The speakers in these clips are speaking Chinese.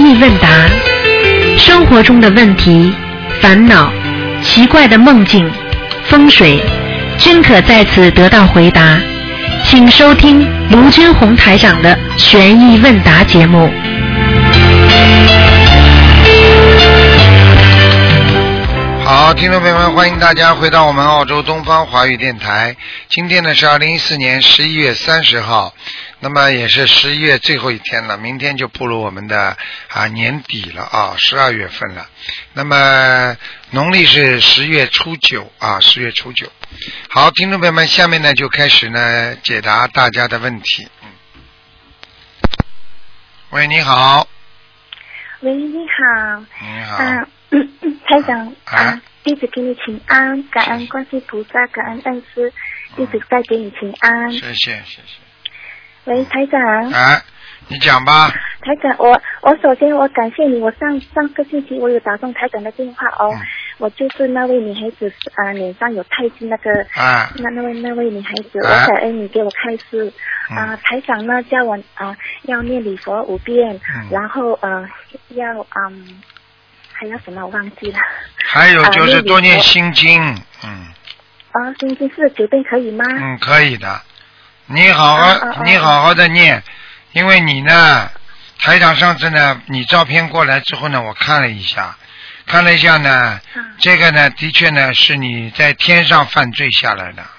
意问答，生活中的问题、烦恼、奇怪的梦境、风水，均可在此得到回答。请收听卢军红台长的悬疑问答节目。 好，听众朋友们，欢迎大家回到我们澳洲东方华语电台。今天呢是2014年11月30号，那么也是11月最后一天了，明天就步入我们的年底了啊，12月份了。那么农历是10月初九啊，10月初九。好，听众朋友们，下面呢就开始呢解答大家的问题。喂，你好。 喂，你好。 你好。 台长弟子给你请安，感恩观世菩萨，感恩恩师，弟子再给你请安。 谢谢。 喂，台长。 你讲吧。 台长，我首先我感谢你，我上个星期我有打通台长的电话哦。我就是那位女孩子脸上有太岁那个那位女孩子，我感恩你给我开示台长呢叫我要念礼佛5遍，然后要还要什么我忘记了。 还有就是多念心经。 心经49遍可以吗？ 可以的。你好好的念，因为你呢台长上次呢你照片过来之后呢，我看了一下呢，这个呢的确呢是你在天上犯罪下来的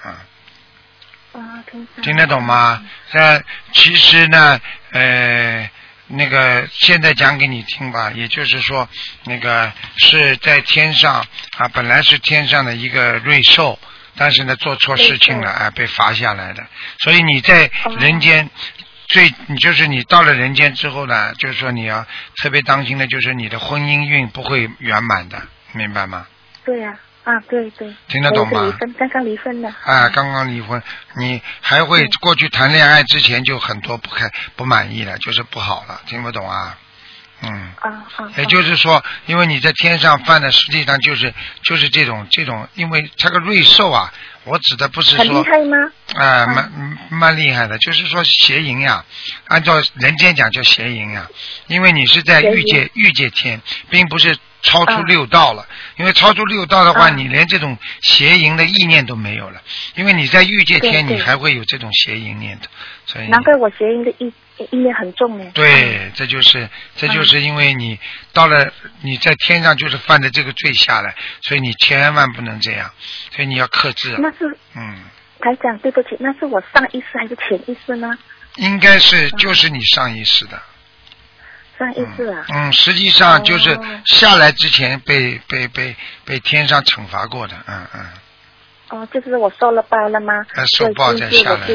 听得懂吗？其实呢那个现在讲给你听吧，也就是说那个是在天上本来是天上的一个瑞兽，但是呢做错事情了被罚下来的。所以你在人间你到了人间之后呢，就是说你要特别当心的，就是你的婚姻运不会圆满的，明白吗？ 对呀。对， 听得懂吗？ 刚刚离婚的。 刚刚离婚，你还会过去谈恋爱之前就很多不满意了，就是不好了，听不懂啊？也就是说，因为你在天上犯的，实际上就是这种，因为这个瑞兽我指的不是说很厉害吗？ 蛮厉害的，就是说邪淫呀，按照人间讲叫邪淫呀，因为你是在欲界天，并不是超出6道了，因为超出6道的话，你连这种邪淫的意念都没有了，因为你在欲界天，你还会有这种邪淫念的，所以难怪我邪淫的意念很重呢。 对，这就是因为你到了你在天上就是犯的这个罪下来，所以你千万不能这样，所以你要克制。 那是台长，对不起，那是我上意识还是潜意识呢？应该是就是你上意识的。 上意识实际上就是下来之前被天上惩罚过的。 就是我受了报了吗？ 受报再下来。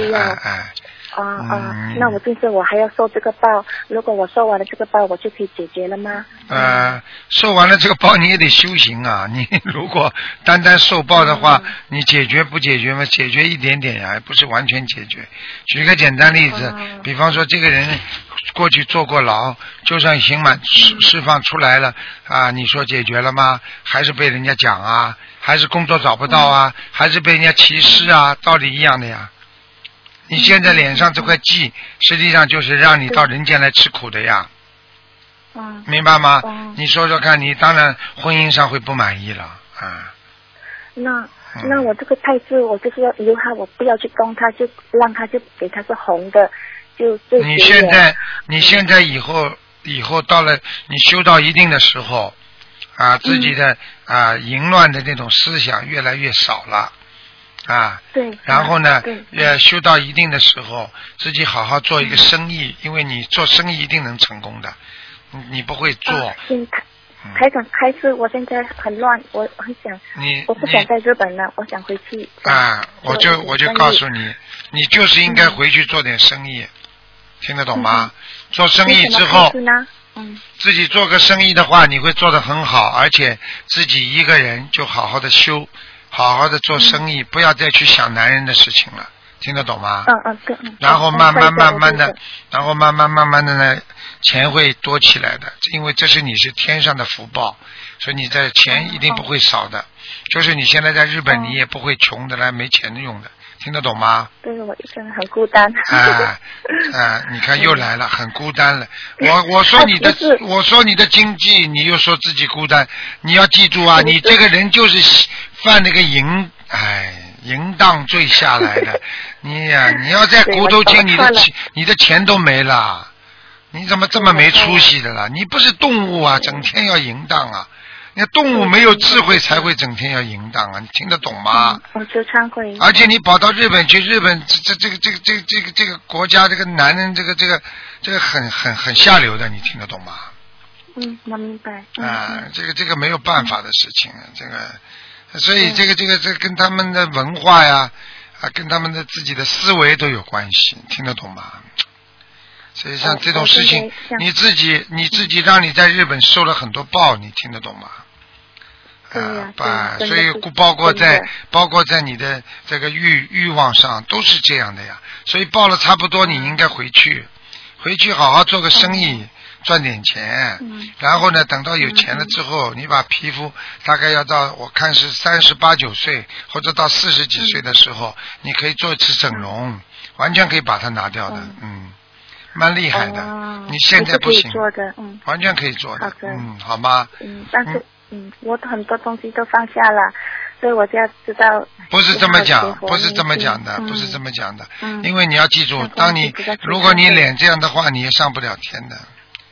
那我今世我还要受这个报，如果我受完了这个报，我就可以解决了吗？ 受完了这个报你也得修行啊，你如果单受报的话，你解决不解决吗？解决一点点呀，不是完全解决。举个简单例子，比方说这个人过去坐过牢，就算刑满释放出来了你说解决了吗？还是被人家讲还是工作找不到还是被人家歧视道理一样的呀。你现在脸上这块记，实际上就是让你到人间来吃苦的呀。明白吗？你说说看，你当然婚姻上会不满意了那我这个太岁，我就是要由他，我不要去动他，就让他就给他是红的，就你现在以后到了你修到一定的时候自己的淫乱的那种思想越来越少了对。 然后呢修到一定的时候，自己好好做一个生意，因为你做生意一定能成功的，你不会做。 台长开始，我现在很乱，我很想，我不想在日本了，我想回去。 我就告诉你，你就是应该回去做点生意，听得懂吗？做生意之后，自己做个生意的话，你会做得很好，而且自己一个人就好好的修，好好的做生意，不要再去想男人的事情了，听得懂吗？ 对。 然后慢慢的呢，钱会多起来的，因为这是你是天上的福报，所以你的钱一定不会少的。就是你现在在日本，你也不会穷的来没钱用的， 听得懂吗？ 对，我一个人很孤单。 你看又来了，很孤单了。我说你的经济，你又说自己孤单，你要记住啊，你这个人就是犯那个淫荡罪下来的。你要在骨头轻，你的钱都没了。你怎么这么没出息的了？你不是动物啊，整天要淫荡啊！那动物没有智慧才会整天要淫荡啊！你听得懂吗？ 我就忏悔。 而且你跑到日本去，日本这个国家，这个男人这个很下流的，你听得懂吗？ 我明白。 这个没有办法的事情，所以这跟他们的文化呀，跟他们的自己的思维都有关系，听得懂吗？所以像这种事情，你自己让你在日本受了很多报，你听得懂吗？所以包括在你的这个欲望上都是这样的呀。所以报了差不多，你应该回去好好做个生意，赚点钱。然后呢，等到有钱了之后，你把皮肤大概要到我看是38、9岁或者到40几岁的时候，你可以做一次整容，完全可以把它拿掉的。蛮厉害的。你现在不行，完全可以做的。好吗？ 但是我很多东西都放下了，所以我就要知道。 不是这么讲的。因为你要记住，如果你脸这样的话，你也上不了天的。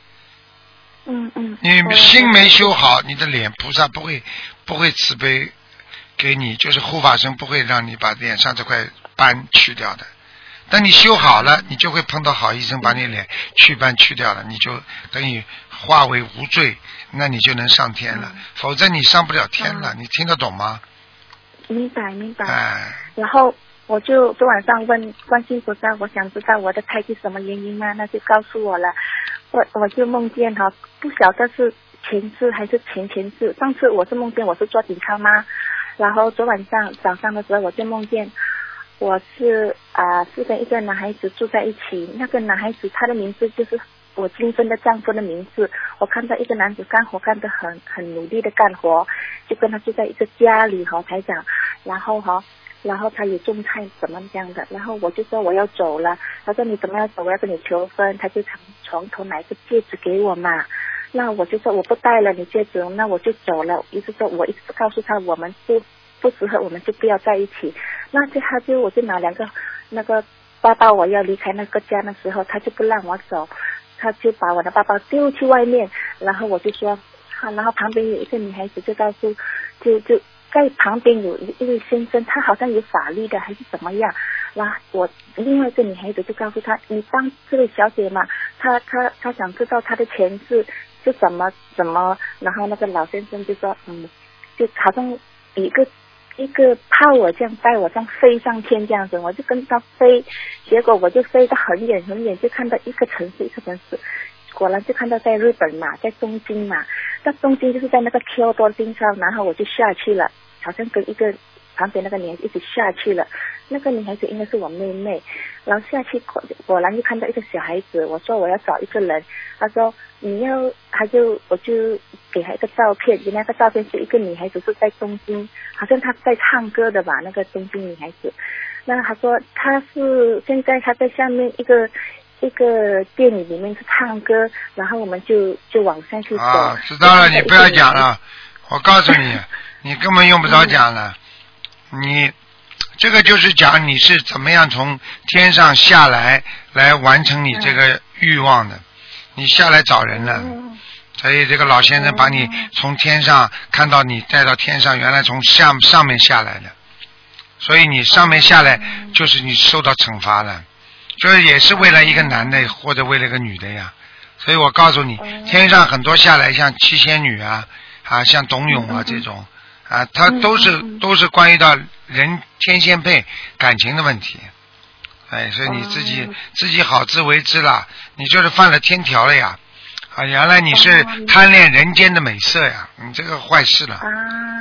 你心没修好，你的脸菩萨不会慈悲给你，就是护法神不会让你把脸上这块斑去掉的。等你修好了，你就会碰到好医生把你脸祛斑去掉了，你就等于化为无罪，那你就能上天了。否则你上不了天了。你听得懂吗？ 明白。然后我就昨晚上问观世音菩萨，我想知道我的胎记什么原因嘛，那就告诉我了。我就梦见不晓得是前世还是前世。上次我是梦见我是做警察嘛，然后昨晚上早上的时候我就梦见我是跟一个男孩子住在一起，那个男孩子他的名字就是我今生的丈夫的名字。我看到一个男子干活干得很努力的干活，就跟他住在一个家里台长，然后他也种菜怎么这样的，然后我就说我要走了，他说你怎么要走？我要跟你求婚。他就从床头拿一个戒指给我嘛，那我就说我不戴了你戒指，那我就走了。我一直告诉他我们不适合，我们就不要在一起。那我就拿2个那个包包，我要离开那个家的时候，他就不让我走，他就把我的包包丢去外面。然后我就说然后旁边有一个女孩子就告诉就在旁边有一位先生，他好像有法律的还是怎么样。然后我另外一个女孩子就告诉他，你帮这位小姐嘛，他想知道他的前世是怎么。然后那个老先生就说就好像一个炮我这样带我这样飞上天这样子，我就跟他飞，结果我就飞到很远，就看到一个城市，果然就看到在日本嘛，在东京嘛。那东京就是在那个 Kyoto 町上，然后我就下去了，好像跟一个旁边那个女孩子一起下去了。那个女孩子应该是我妹妹，然后下去果然就看到一个小孩子。我说我要找一个人，他说我就给他一个照片，那个照片是一个女孩子是在东京，好像她在唱歌的吧，那个东京女孩子。那他说现在她在下面一个店里面是唱歌，然后我们就往上去走。 知道了，你不要讲了，我告诉你，你根本用不着讲了。你这个就是讲你是怎么样从天上下来完成你这个欲望的。你下来找人了，所以这个老先生把你从天上看到你带到天上，原来从上面下来的，所以你上面下来就是你受到惩罚了，这也是为了一个男的或者为了一个女的呀。所以我告诉你，天上很多下来像七仙女像董永这种他都是关于到人天仙配感情的问题。所以你自己好自为之了，你就是犯了天条了呀。原来你是贪恋人间的美色呀，你这个坏事了。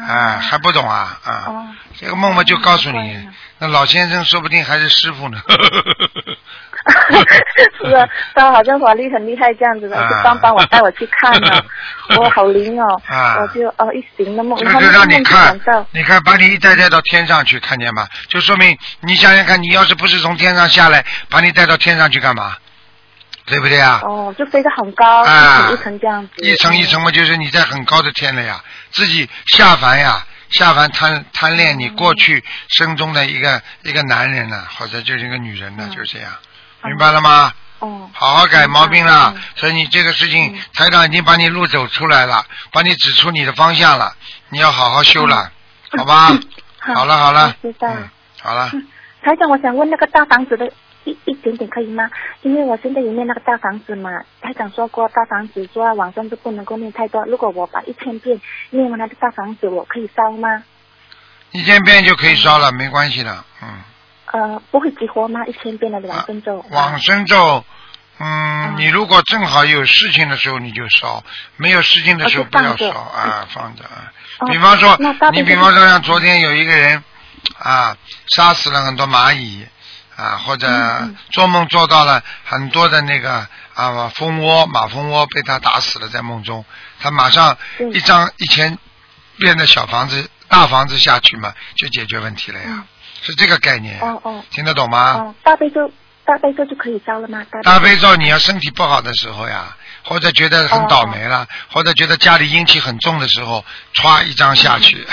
还不懂啊？这个梦就告诉你，那老先生说不定还是师傅呢。 是啊，他好像法力很厉害这样子的，就帮我带我去看了，我好灵哦，我就一醒的梦， 就让你看，你看把你一带到天上去，看见吗？就说明你想想看，你要是不是从天上下来，把你带到天上去干嘛？对不对啊？ 就飞得很高，一层一层这样子。 一层一层嘛，就是你在很高的天了呀，自己下凡呀，下凡贪恋你过去生中的一个男人呢，或者就是一个女人呢，就是这样，明白了吗？好好改毛病了，所以你这个事情，台长已经把你路走出来了，帮你指出你的方向了，你要好好修了，好吧？好了， 知道。 好了。 台长，我想问那个大房子的一点点可以吗？因为我现在有念那个大房子嘛，台长说过大房子说晚上就不能够念太多，如果我把1000遍念完那个大房子，我可以烧吗 ？1000遍就可以烧了，没关系的， 不会激活吗？1000遍的往生咒。 往生咒，你如果正好有事情的时候你就烧，没有事情的时候不要烧放着比方说像昨天有一个人杀死了很多蚂蚁或者做梦做到了很多的那个马蜂窝被他打死了，在梦中，他马上1000遍的小房子大房子下去嘛，就解决问题了呀。是这个概念。听得懂吗？ 大悲咒就可以烧了吗？ 大悲咒你要身体不好的时候呀，或者觉得很倒霉了，或者觉得家里阴气很重的时候，歘一张下去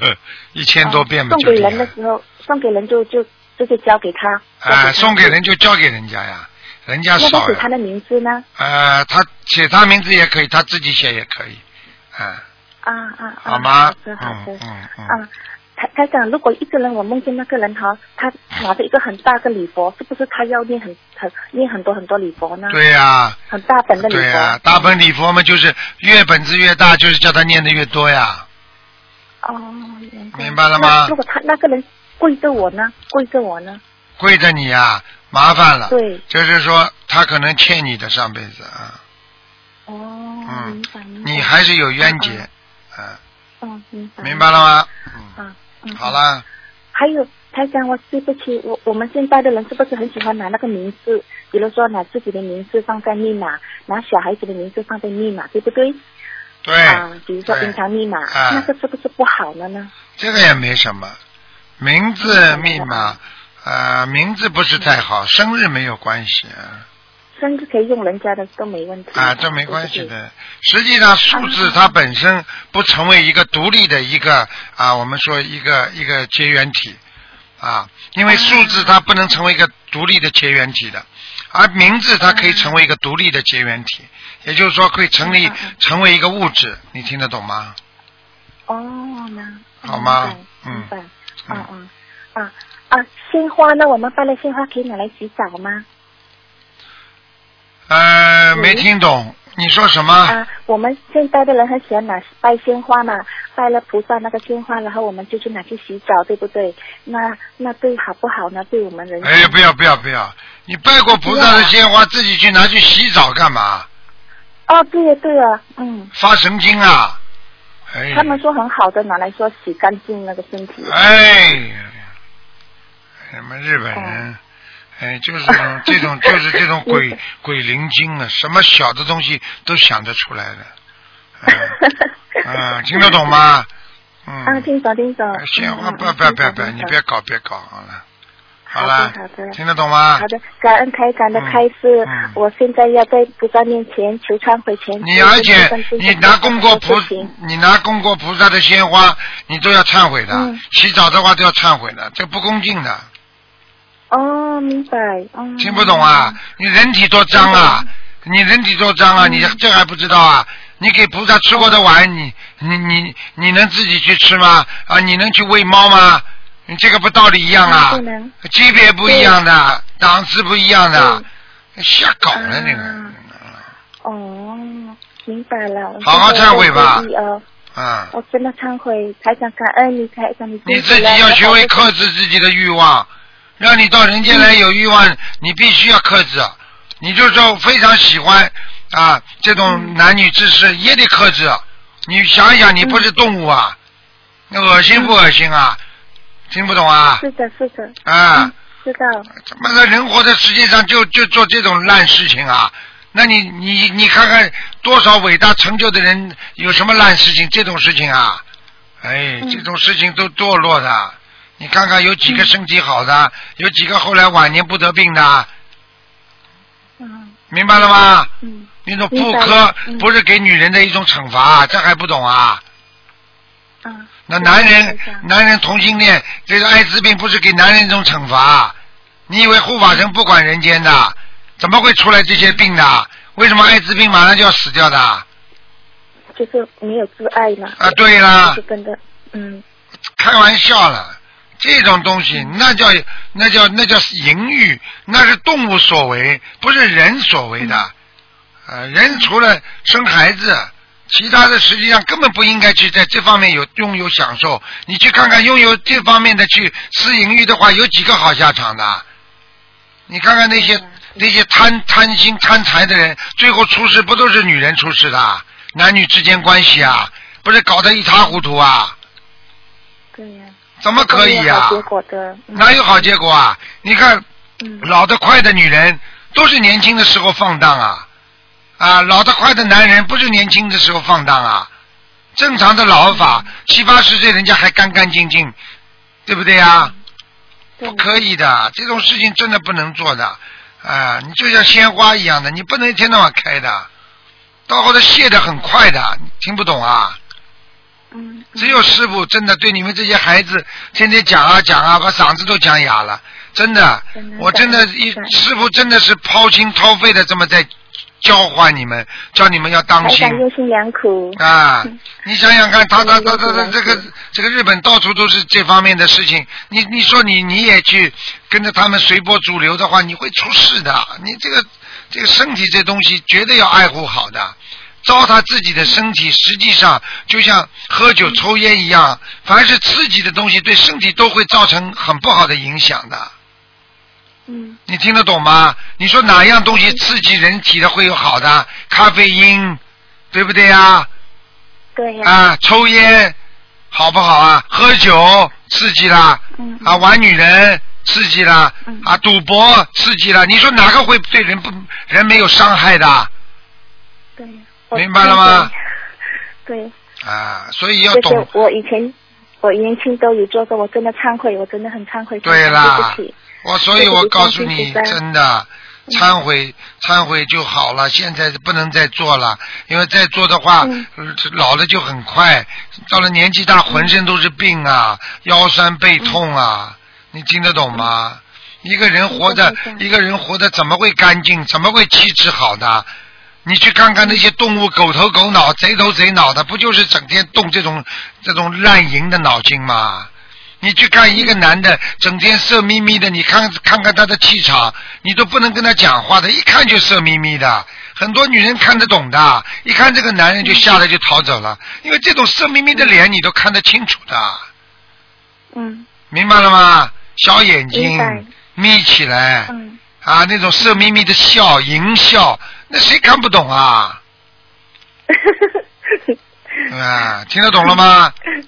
，1000多遍嘛。 送给人的时候，送给人就交给他。 送给人就交给人家呀，人家少。 要写他的名字呢？ 他写他名字也可以，他自己写也可以。好吗？ 好的。台长，如果一个人我梦见那个人他拿着一个很大的礼佛，是不是他要念很多很多礼佛呢？ 对呀。 很大本的礼佛。 对呀，大本礼佛嘛，就是越本子越大，就是叫他念的越多呀。明白了吗？ 如果他那个人跪着我呢？ 跪着你呀，麻烦了。 对。 就是说他可能欠你的上辈子明白。 你还是有冤结明白了吗？好了。 还有台长，我对不起，我们现在的人是不是很喜欢拿那个名字，比如说拿自己的名字放在密码，拿小孩子的名字放在密码，对不对？ 对。 比如说银行密码，那个是不是不好了呢？ 这个也没什么，名字密码名字不是太好，生日没有关系生日可以用人家的都没问题这没关系的。实际上数字它本身不成为一个独立的一个我们说一个结缘体因为数字它不能成为一个独立的结缘体的，而名字它可以成为一个独立的结缘体，也就是说会成为一个物质，你听得懂吗？好吗？ 明白。鲜花呢？我们拜了鲜花可以拿来洗澡吗？ 没听懂，你说什么？ 我们现在的人很喜欢拜鲜花嘛，拜了菩萨那个鲜花，然后我们就去拿去洗澡，对不对？那对好不好呢？对我们人？ 不要！你拜过菩萨的鲜花，自己去拿去洗澡干嘛？ 对啊， 发神经啊！ 他们说很好的，拿来说洗干净那个身体。 你们日本人。就是这种鬼灵精啊，什么小的东西都想得出来的。听得懂吗？ 听懂。 鲜花不，你别搞好了。 好的。 听得懂吗？ 好的，感恩台长的开示。我现在要在菩萨面前求忏悔前。 而且你拿供过菩萨的鲜花，你都要忏悔的。洗澡的话都要忏悔的，这不恭敬的。 明白。 听不懂啊？你人体多脏啊！你这还不知道啊？你给菩萨吃过的碗，你能自己去吃吗？你能去喂猫吗？你这个不道理一样啊？级别不一样的，档次不一样的，瞎搞了那个。 明白了。 好好忏悔吧。 我真的忏悔，台长感恩你，台长你自己要学会克制自己的欲望。让你到人间来有欲望，你必须要克制。你就说非常喜欢这种男女之事，也得克制。你想一想，你不是动物恶心不恶心啊？听不懂啊？ 是的，是的。 啊。 知道。 怎么的人活在世界上就做这种烂事情啊？那你看看多少伟大成就的人有什么烂事情？这种事情啊，哎，这种事情都堕落的。你看看有几个身体好的，有几个后来晚年不得病的。明白了吗？那种妇科不是给女人的一种惩罚，这还不懂啊？那男人同性恋，这个艾滋病不是给男人一种惩罚？你以为护法神不管人间的？怎么会出来这些病的？为什么艾滋病马上就要死掉的？ 就是没有自爱了。 啊，对了。 是真的， 开玩笑了，这种东西那叫淫欲，那是动物所为，不是人所为的。人除了生孩子，其他的实际上根本不应该去在这方面拥有享受。你去看看拥有这方面的去私淫欲的话，有几个好下场的？你看看那些贪心贪财的人，最后出事不都是女人出事的？男女之间关系啊，不是搞得一塌糊涂啊？ 对呀。 怎么可以啊？ 结果的。 哪有好结果啊？你看，老得快的女人都是年轻的时候放荡啊。老得快的男人不是年轻的时候放荡啊，正常的老法，70、80岁人家还干干净净，对不对啊？不可以的，这种事情真的不能做的。你就像鲜花一样的，你不能一天到晚开的，到后头谢得很快的，你听不懂啊？只有师父真的对你们这些孩子天天讲啊，把嗓子都讲哑了，真的，我真的师父真的是掏心掏肺的这么在教化你们，叫你们要当心。 用心良苦啊！你想想看，他这个日本到处都是这方面的事情。你说你也去跟着他们随波逐流的话，你会出事的。你这个身体这东西绝对要爱护好的。糟蹋自己的身体，实际上就像喝酒抽烟一样，凡是刺激的东西对身体都会造成很不好的影响的。你听得懂吗？你说哪样东西刺激人体的会有好的？咖啡因，对不对呀？ 对呀。 抽烟好不好啊？喝酒刺激了，玩女人刺激了，赌博刺激了。你说哪个会对人没有伤害的？ 对。 明白了吗？ 对。 所以要懂。 我以前年轻都有做过，我真的忏悔，我真的很忏悔。 对啦。所以我告诉你，真的忏悔就好了。现在不能再做了，因为再做的话，老了就很快。到了年纪大，浑身都是病啊，腰酸背痛啊，你听得懂吗？一个人活得怎么会干净？怎么会气质好的？你去看看那些动物，狗头狗脑，贼头贼脑的，不就是整天动这种烂淫的脑筋吗？你去看一个男的整天色眯眯的，你看看他的气场，你都不能跟他讲话的，一看就色眯眯的。很多女人看得懂的，一看这个男人就吓得就逃走了，因为这种色眯眯的脸你都看得清楚的。明白了吗？小眼睛眯起来，那种色眯眯的笑，淫笑，那谁看不懂啊？听得懂了吗？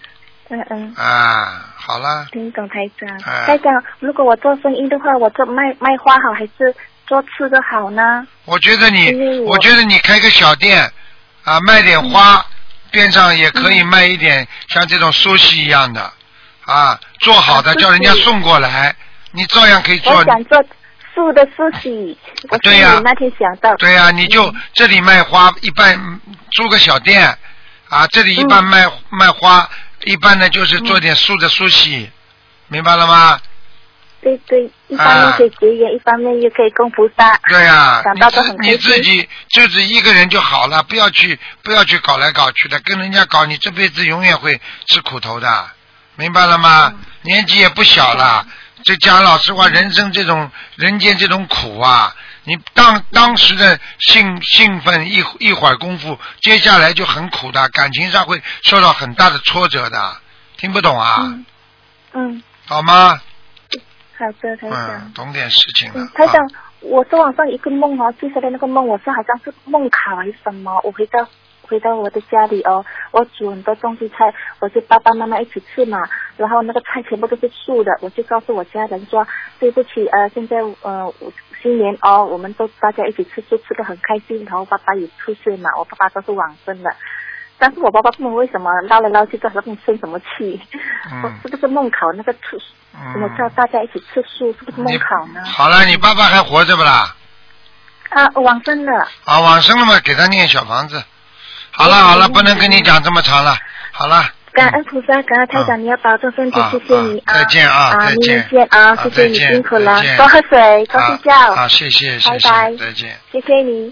好了。 听懂台长。台长，如果我做生意的话，我做卖花好还是做吃的好呢？ 我觉得你开个小店卖点花，边上也可以卖一点像这种苏西一样的做好的叫人家送过来，你照样可以做。 我想做素的苏西。 对呀。 那天想到。 对呀，你就这里卖花，一般租个小店这里一般卖花。一般呢就是做点素的苏西，明白了吗？ 对，一方面可以节约，一方面又可以供菩萨。 对呀， 想到都很开心。 你自己就是一个人就好了，不要去搞来搞去的，跟人家搞，你这辈子永远会吃苦头的，明白了吗？年纪也不小了，这讲老实话，人生人间这种苦你当时的兴奋一会儿功夫，接下来就很苦的，感情上会受到很大的挫折的，听不懂啊？好吗？ 好的，台长。 懂点事情了。 台长，我昨晚上一个梦接下来那个梦，我是好像是梦考还是什么，我回到我的家里哦，我煮很多东西菜，我就爸爸妈妈一起吃嘛，然后那个菜全部都是素的，我就告诉我家人说对不起，现在新年哦，我们都大家一起吃素，吃得很开心，然后爸爸也出世嘛，我爸爸都是往生了。但是我爸爸不知道为什么捞来捞去都是生什么气，是不是梦考那个吃，我叫大家一起吃素，是不是梦考呢？ 好了，你爸爸还活着不啦？ 往生了。 往生了嘛，给他念小房子。好了，不能跟你讲这么长了。好了。 感恩菩萨，感恩台长，你要保重身体，谢谢你啊！ 再见啊！再见！ 明年见啊！谢谢你辛苦了，多喝水，多睡觉。 谢谢， 拜拜， 再见。 谢谢你。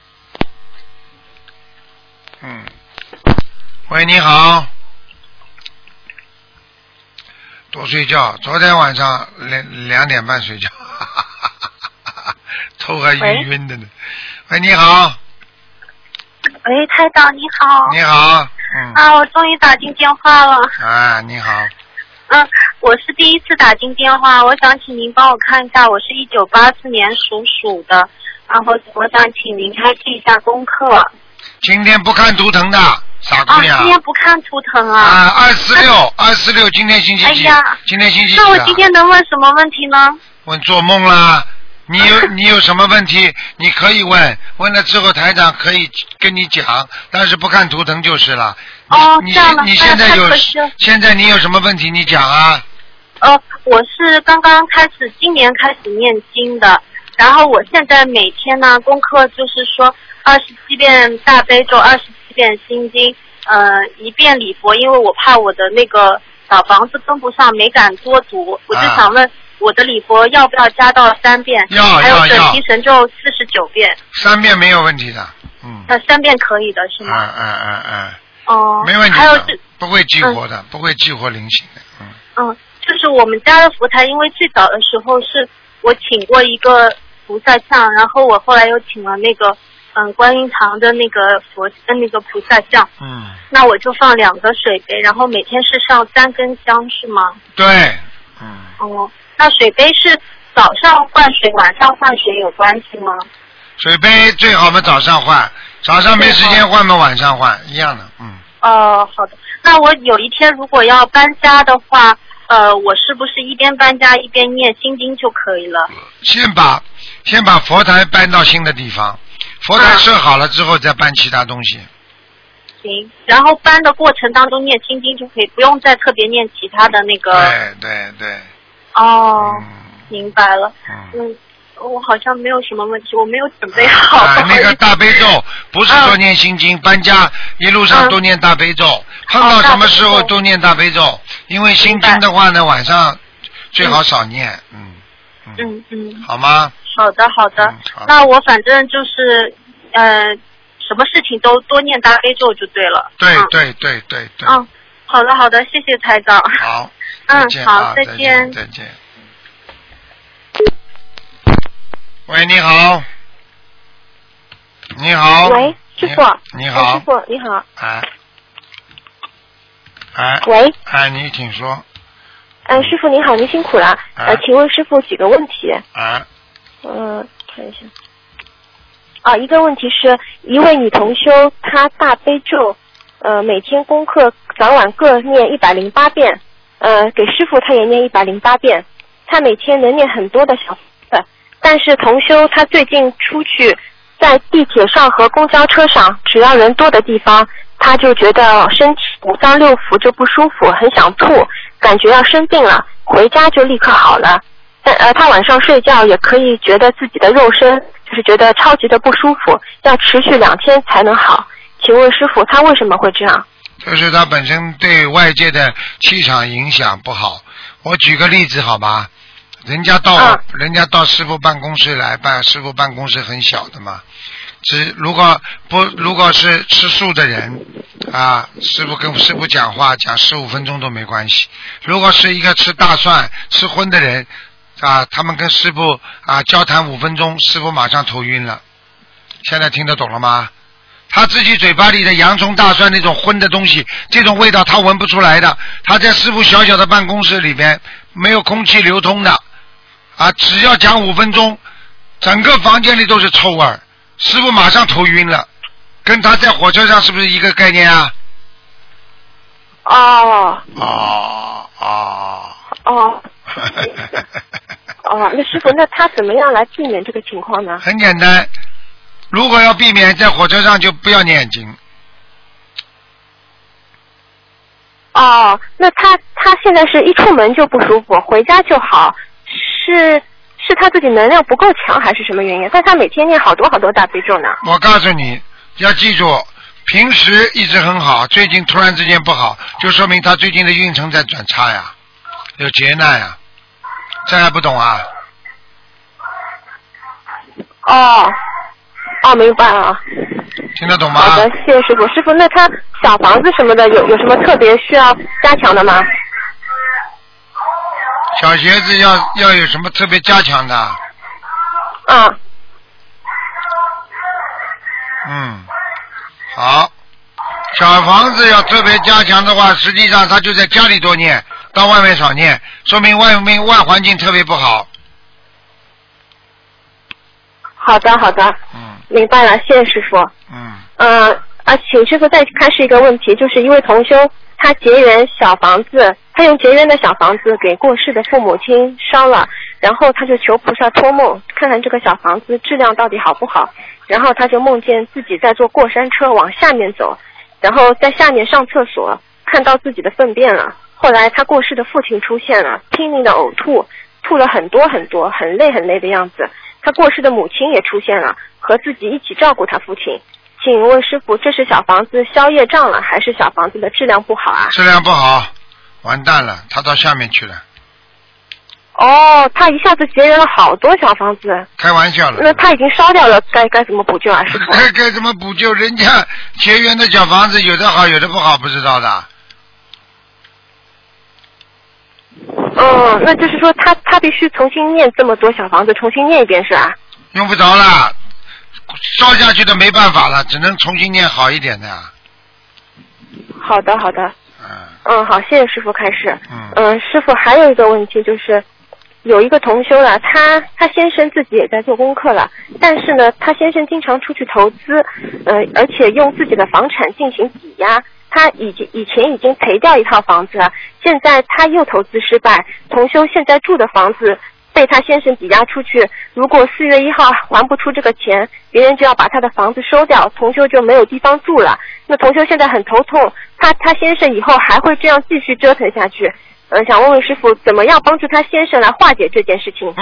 喂，你好。多睡觉，昨天晚上2点半睡觉，头还晕的呢。喂，你好。 喂，台长你好。 你好。 我终于打进电话了。 你好。 我是第一次打进电话，我想请您帮我看一下，我是1984年属鼠的，然后我想请您开示一下功课。 今天不看图腾的，傻姑娘。 今天不看图腾啊。 246，今天星期几？今天星期几？ 那我今天能问什么问题呢？ 问做梦啦。你有什么问题你可以问了之后台长可以跟你讲，但是不看图腾就是了。 这样的。 你现在你有什么问题你讲啊？ 我是刚刚今年开始念经的，然后我现在每天呢功课就是说27遍大悲咒，27遍心经，1遍礼佛，因为我怕我的那个小房子跟不上，没敢多读，我就想问我的礼佛要不要加到3遍？还有准提神咒49遍。 3遍没有问题的 ，3遍可以的是吗？ 没问题的。 还有不会激活的，不会激活灵性的。 就是我们家的佛台，因为最早的时候是我请过一个菩萨像，然后我后来又请了那个观音堂的那个那个菩萨像。那我就放2个水杯，然后每天是上3根香是吗？ 对。 那水杯是早上换水晚上换水有关系吗？ 水杯最好嘛早上换，早上没时间换嘛晚上换，一样的。 好的。那我有一天如果要搬家的话，我是不是一边搬家一边念心经就可以了？ 先把佛台搬到新的地方，佛台设好了之后再搬其他东西。 行，然后搬的过程当中念心经就可以，不用再特别念其他的那个。 对。 明白了。我好像没有什么问题，我没有准备好。 那个大悲咒不是说念心经，搬家一路上都念大悲咒，碰到什么时候都念大悲咒，因为心经的话呢晚上最好少念。好吗？ 好的。那我反正就是什么事情都多念大悲咒就对了。 对。 好的，谢谢台长。 好。 好，再见。 喂，你好。 喂，师傅。 你好。 师傅，你好。 喂。你请说。 师傅你好，您辛苦了。请问师傅几个问题。看一下。一个问题是，一位女同修，她大悲咒，每天功课早晚各念108遍，给师傅她也念108遍，她每天能念很多的小字，但是同修她最近出去，在地铁上和公交车上，只要人多的地方，她就觉得身体5脏6腑就不舒服，很想吐，感觉要生病了，回家就立刻好了。但她晚上睡觉也可以觉得自己的肉身就是觉得超级的不舒服，要持续2天才能好。请问师傅，她为什么会这样？ 就是她本身对外界的气场影响不好。我举个例子好吧，人家到师傅办公室来办，师傅办公室很小的嘛。如果是吃素的人师傅跟师傅讲话讲15分钟都没关系。如果是一个吃大蒜吃荤的人他们跟师傅交谈5分钟，师傅马上头晕了。现在听得懂了吗？他自己嘴巴里的洋葱大蒜那种荤的东西，这种味道他闻不出来的。他在师傅小小的办公室里边没有空气流通的只要讲5分钟，整个房间里都是臭味，师傅马上头晕了， 跟他在火车上是不是一个概念啊？ 哦。那师傅，那他怎么样来避免这个情况呢？ 很简单，如果要避免在火车上，就不要念经。 那他现在是一出门就不舒服，回家就好，是他自己能量不够强，还是什么原因？但他每天念好多好多大悲咒呢。 我告诉你，要记住，平时一直很好，最近突然之间不好，就说明他最近的运程在转差呀，有劫难呀。这还不懂啊？ 明白了。 听得懂吗？ 好的，谢谢师傅。师傅，那他小房子什么的有什么特别需要加强的吗？ 小鞋子要有什么特别加强的？好。小房子要特别加强的话，实际上他就在家里多念，到外面少念，说明外环境特别不好。 好的。明白了，谢谢师傅。请师傅再开示一个问题，就是一位同修，他结缘小房子，他用结缘的小房子给过世的父母亲烧了，然后他就求菩萨托梦，看看这个小房子质量到底好不好。然后他就梦见自己在坐过山车往下面走，然后在下面上厕所，看到自己的粪便了。后来他过世的父亲出现了，拼命的呕吐，吐了很多很多，很累很累的样子。他过世的母亲也出现了，和自己一起照顾他父亲。请问师傅，这是小房子消业障了，还是小房子的质量不好啊？ 质量不好，完蛋了，他到下面去了。 他一下子结缘了好多小房子。 开玩笑了。 那他已经烧掉了，该怎么补救啊，师傅？ 该怎么补救？人家结缘的小房子有的好，有的不好，不知道的。 那就是说他必须重新念这么多小房子，重新念一遍是吧？ 用不着了，烧下去的没办法了，只能重新念好一点的。 好的。好，谢谢师傅开示。师傅还有一个问题，就是有一个同修了，他先生自己也在做功课了，但是呢，他先生经常出去投资，而且用自己的房产进行抵押。他以前已经赔掉一套房子了，现在他又投资失败，同修现在住的房子被他先生抵押出去，如果4月1号还不出这个钱，别人就要把他的房子收掉，同修就没有地方住了。那同修现在很头痛，他先生以后还会这样继续折腾下去。想问问师傅，怎么样帮助他先生来化解这件事情？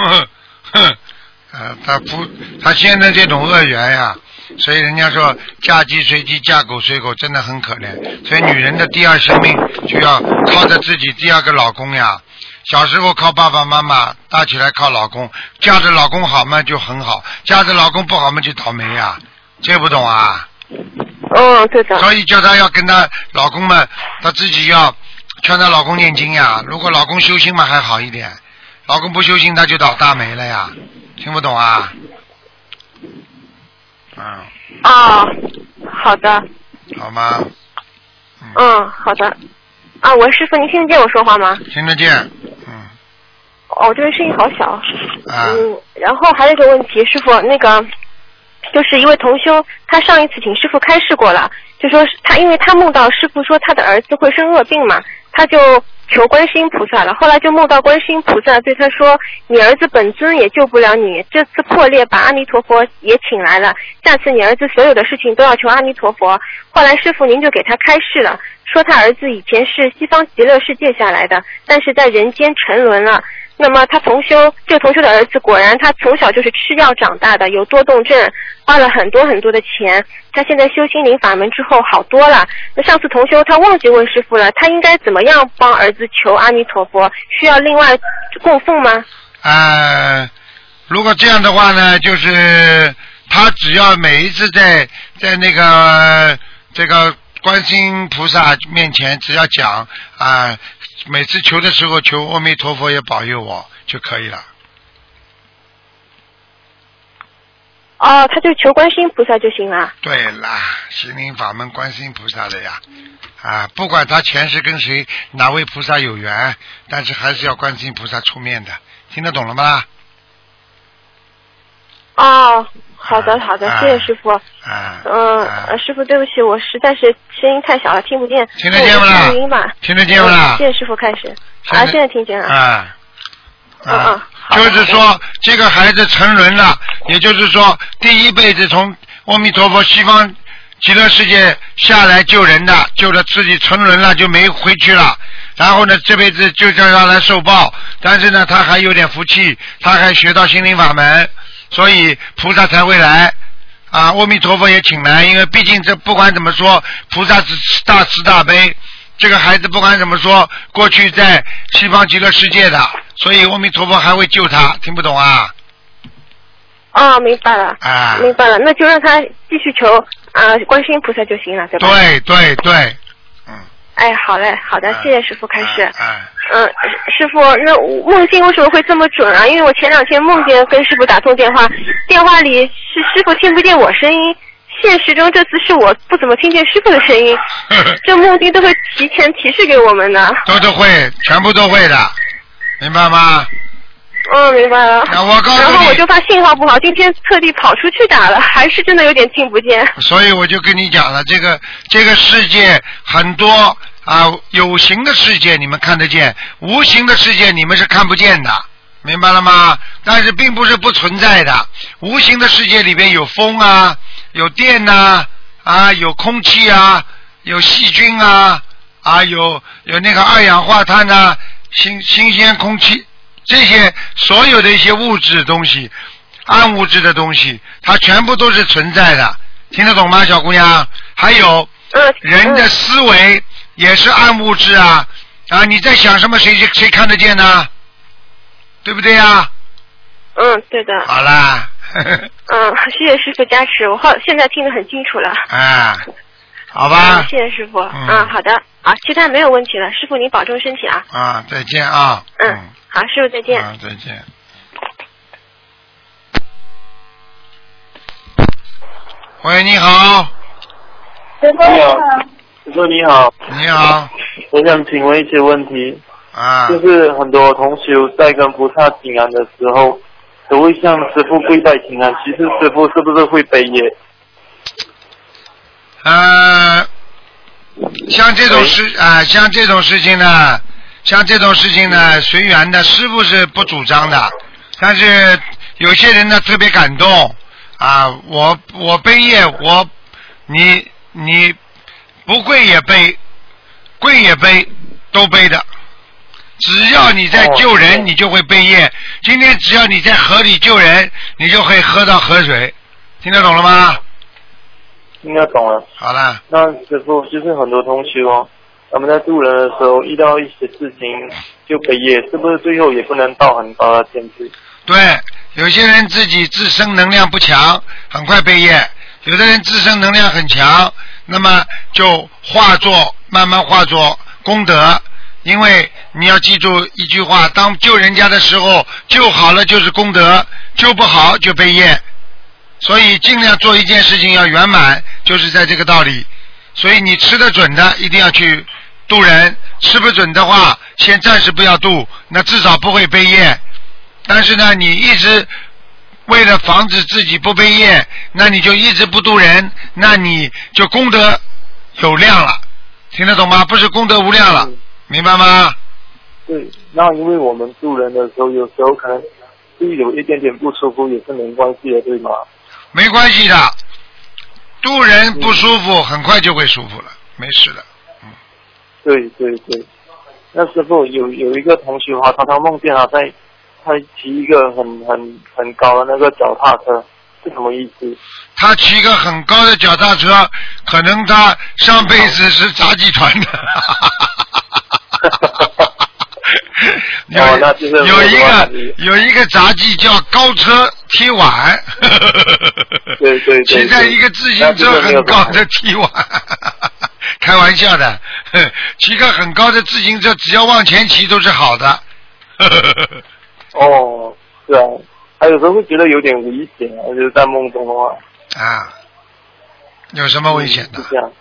他现在这种恶缘呀，所以人家说嫁鸡随鸡，嫁狗随狗，真的很可怜。所以女人的第二生命就要靠着自己第二个老公呀。小时候靠爸爸妈妈，大起来靠老公，嫁着老公好嘛就很好，嫁着老公不好嘛就倒霉呀，这不懂啊？ 对的。 所以叫她要跟她老公们，她自己要劝她老公念经呀。如果老公修心嘛还好一点，老公不修心他就倒大霉了呀，听不懂啊？ 好的。 好吗？ 好的。喂，师傅，您听得见我说话吗？ 听得见。 这边声音好小。然后还有一个问题，师傅，那个就是一位同修，他上一次请师傅开示过了，就说因为他梦到师傅说他的儿子会生恶病嘛，他就求观世音菩萨了，后来就梦到观世音菩萨对他说，你儿子本尊也救不了你，这次破裂把阿弥陀佛也请来了，下次你儿子所有的事情都要求阿弥陀佛。后来师父您就给他开示了，说他儿子以前是西方极乐世界下来的，但是在人间沉沦了。那么他这个同修的儿子果然他从小就是吃药长大的，有多动症，花了很多很多的钱，他现在修心灵法门之后好多了。那上次同修他忘记问师父了，他应该怎么样帮儿子求阿弥陀佛？需要另外供奉吗？ 如果这样的话呢，就是他只要每一次在那个这个观世音菩萨面前，只要讲每次求的时候求阿弥陀佛也保佑我就可以了。 他就求观世音菩萨就行了。 对啦，心灵法门观世音菩萨的呀。不管他前世跟谁哪位菩萨有缘，但是还是要观世音菩萨出面的，听得懂了吗？ 好的，谢谢师傅。师傅，对不起，我实在是声音太小了，听不见。 听得见不啦？听得见不啦？ 谢谢师傅开始。现在听见了。 就是说这个孩子沉沦了，也就是说第一辈子从阿弥陀佛西方极乐世界下来救人的，救了自己沉沦了就没回去了，然后呢这辈子就叫他来受报，但是呢他还有点福气，他还学到心灵法门，所以菩萨才会来啊，阿弥陀佛也请来，因为毕竟这不管怎么说菩萨是大慈大悲，这个孩子不管怎么说过去在西方极乐世界的，所以阿弥陀佛还会救他，听不懂啊？ 明白了。明白了，那就让他继续求观世音菩萨就行了，对吧？ 对。 好嘞，好的，谢谢师傅开始。师傅，那梦境为什么会这么准啊？因为我前2天梦见跟师傅打通电话，电话里是师傅听不见我声音，现实中这次是我不怎么听见师傅的声音，这梦境都会提前提示给我们的。都会， 全部都会的，明白吗？ 明白了。 然后我就怕信号不好，今天特地跑出去打了，还是真的有点听不见。 所以我就跟你讲了，这个世界很多有形的世界你们看得见，无形的世界你们是看不见的，明白了吗？但是并不是不存在的，无形的世界里边有风啊，有电啊，有空气啊，有细菌啊，有那个二氧化碳啊，新鲜空气，这些所有的一些物质的东西，暗物质的东西，它全部都是存在的，听得懂吗，小姑娘？还有人的思维也是暗物质啊，你在想什么谁看得见呢？对不对呀？ 对的。 好啦。 谢谢师傅加持，我现在听得很清楚了。 好吧。 谢谢师傅。好的。其他没有问题了，师傅您保重身体啊。 再见啊。 好，师傅再见。 再见。喂，你好。 师傅你好。师傅你好。 你好。 我想请问一些问题。就是很多同修在跟菩萨请安的时候，都会向师父跪拜请安，其实师父是不是会背业？ 像这种事情呢，随缘的，师父是不主张的。但是有些人呢特别感动我背业，你不跪也背，跪也背，都背的。只要你在救人，你就会背业。今天只要你在河里救人，你就会喝到河水。听得懂了吗？ 听得懂了。 好了。 那师父，就是很多同修他们在渡人的时候遇到一些事情就背业，是不是最后也不能到很高的天际？ 对，有些人自己自身能量不强，很快背业；有的人自身能量很强，那么就慢慢化作功德。因为你要记住一句话，当救人家的时候，救好了就是功德，救不好就背业。所以尽量做一件事情要圆满，就是在这个道理。所以你吃得准的一定要去渡人，吃不准的话先暂时不要渡，那至少不会背业。但是呢，你一直为了防止自己不背业，那你就一直不渡人，那你就功德有量了，听得懂吗？不是功德无量了，明白吗？ 对，那因为我们渡人的时候，有时候可能是有一点点不舒服，也是没关系的，对吗？ 没关系的，渡人不舒服，很快就会舒服了，没事的。 对。那师父有一个同学他梦见他骑一个很高的那个脚踏车，是什么意思？ 他骑一个很高的脚踏车，可能他上辈子是杂技团的。有一个杂技叫高车踢碗。 对。 骑在一个自行车很高的踢碗。开玩笑的，骑个很高的自行车，只要往前骑都是好的。 是啊，他有时候会觉得有点危险就是在梦中的话。 有什么危险的？ 是这样。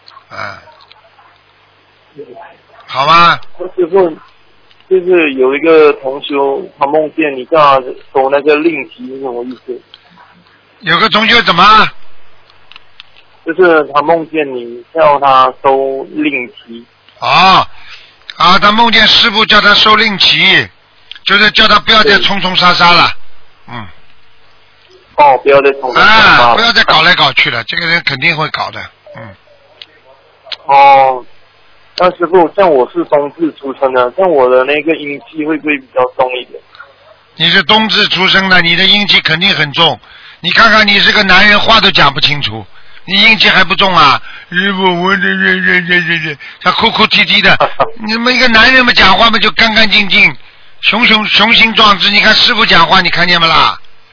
好吗？ 师父，就是有一个同修，他梦见你叫他收那个令旗是什么意思？ 有个同学怎么？ 就是他梦见你叫他收令旗。 他梦见师父叫他收令旗，就是叫他不要再冲冲杀杀了。 不要再冲冲杀杀。 不要再搞来搞去了，这个人肯定会搞的。 那师父，像我是冬至出生的，像我的那个阴气会不会比较重一点？ 你是冬至出生的，你的阴气肯定很重。你看看你是个男人，话都讲不清楚，你阴气还不重啊？师父，我他哭哭啼啼的。你们一个男人嘛，讲话嘛就干干净净，雄心壮志。你看师父讲话，你看见没啦？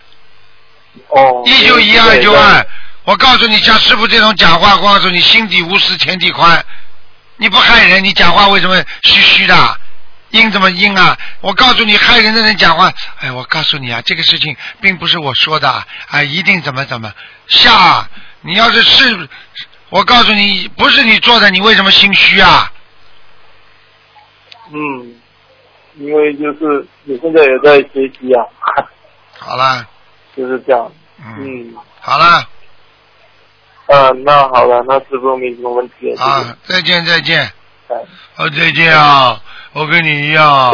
一就一，二就二。我告诉你，像师父这种讲话，我告诉你，心底无私，天地宽。你不害人，你讲话为什么虚虚的？阴怎么阴啊？我告诉你，害人的人讲话，我告诉你啊，这个事情并不是我说的一定怎么下。你要是我告诉你，不是你做的，你为什么心虚啊？ 因为就是你现在也在学习啊。 好了。 就是这样。 好了。 那好了，那师父没什么问题了。 再见。再见啊！我跟你一样。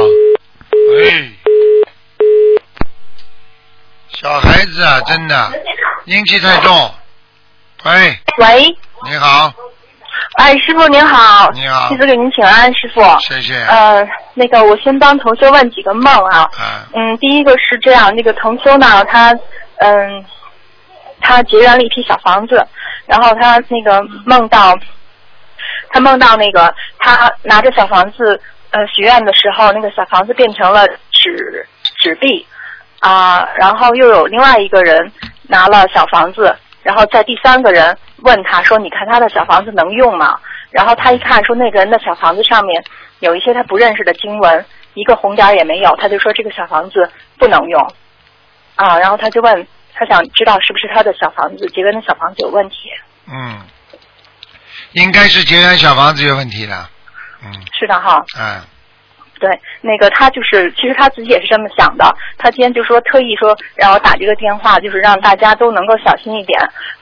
小孩子啊，真的阴气太重。喂。你好。 师父您好。 你好。 弟子给您请安，师父。 谢谢。 那个我先帮同修问几个梦啊。第一个是这样，那个同修呢，他结缘了一批小房子，然后他那个梦到那个他拿着小房子许愿的时候，那个小房子变成了纸币然后又有另外一个人拿了小房子，然后在第三个人问他说，你看他的小房子能用吗？然后他一看说，那个人的小房子上面有一些他不认识的经文，一个红点也没有，他就说这个小房子不能用然后他就问，他想知道是不是他的小房子结缘的小房子有问题。 应该是结缘小房子有问题的。 是的哈。对，那个他就是其实他自己也是这么想的，他今天就说特意说让我打这个电话，就是让大家都能够小心一点。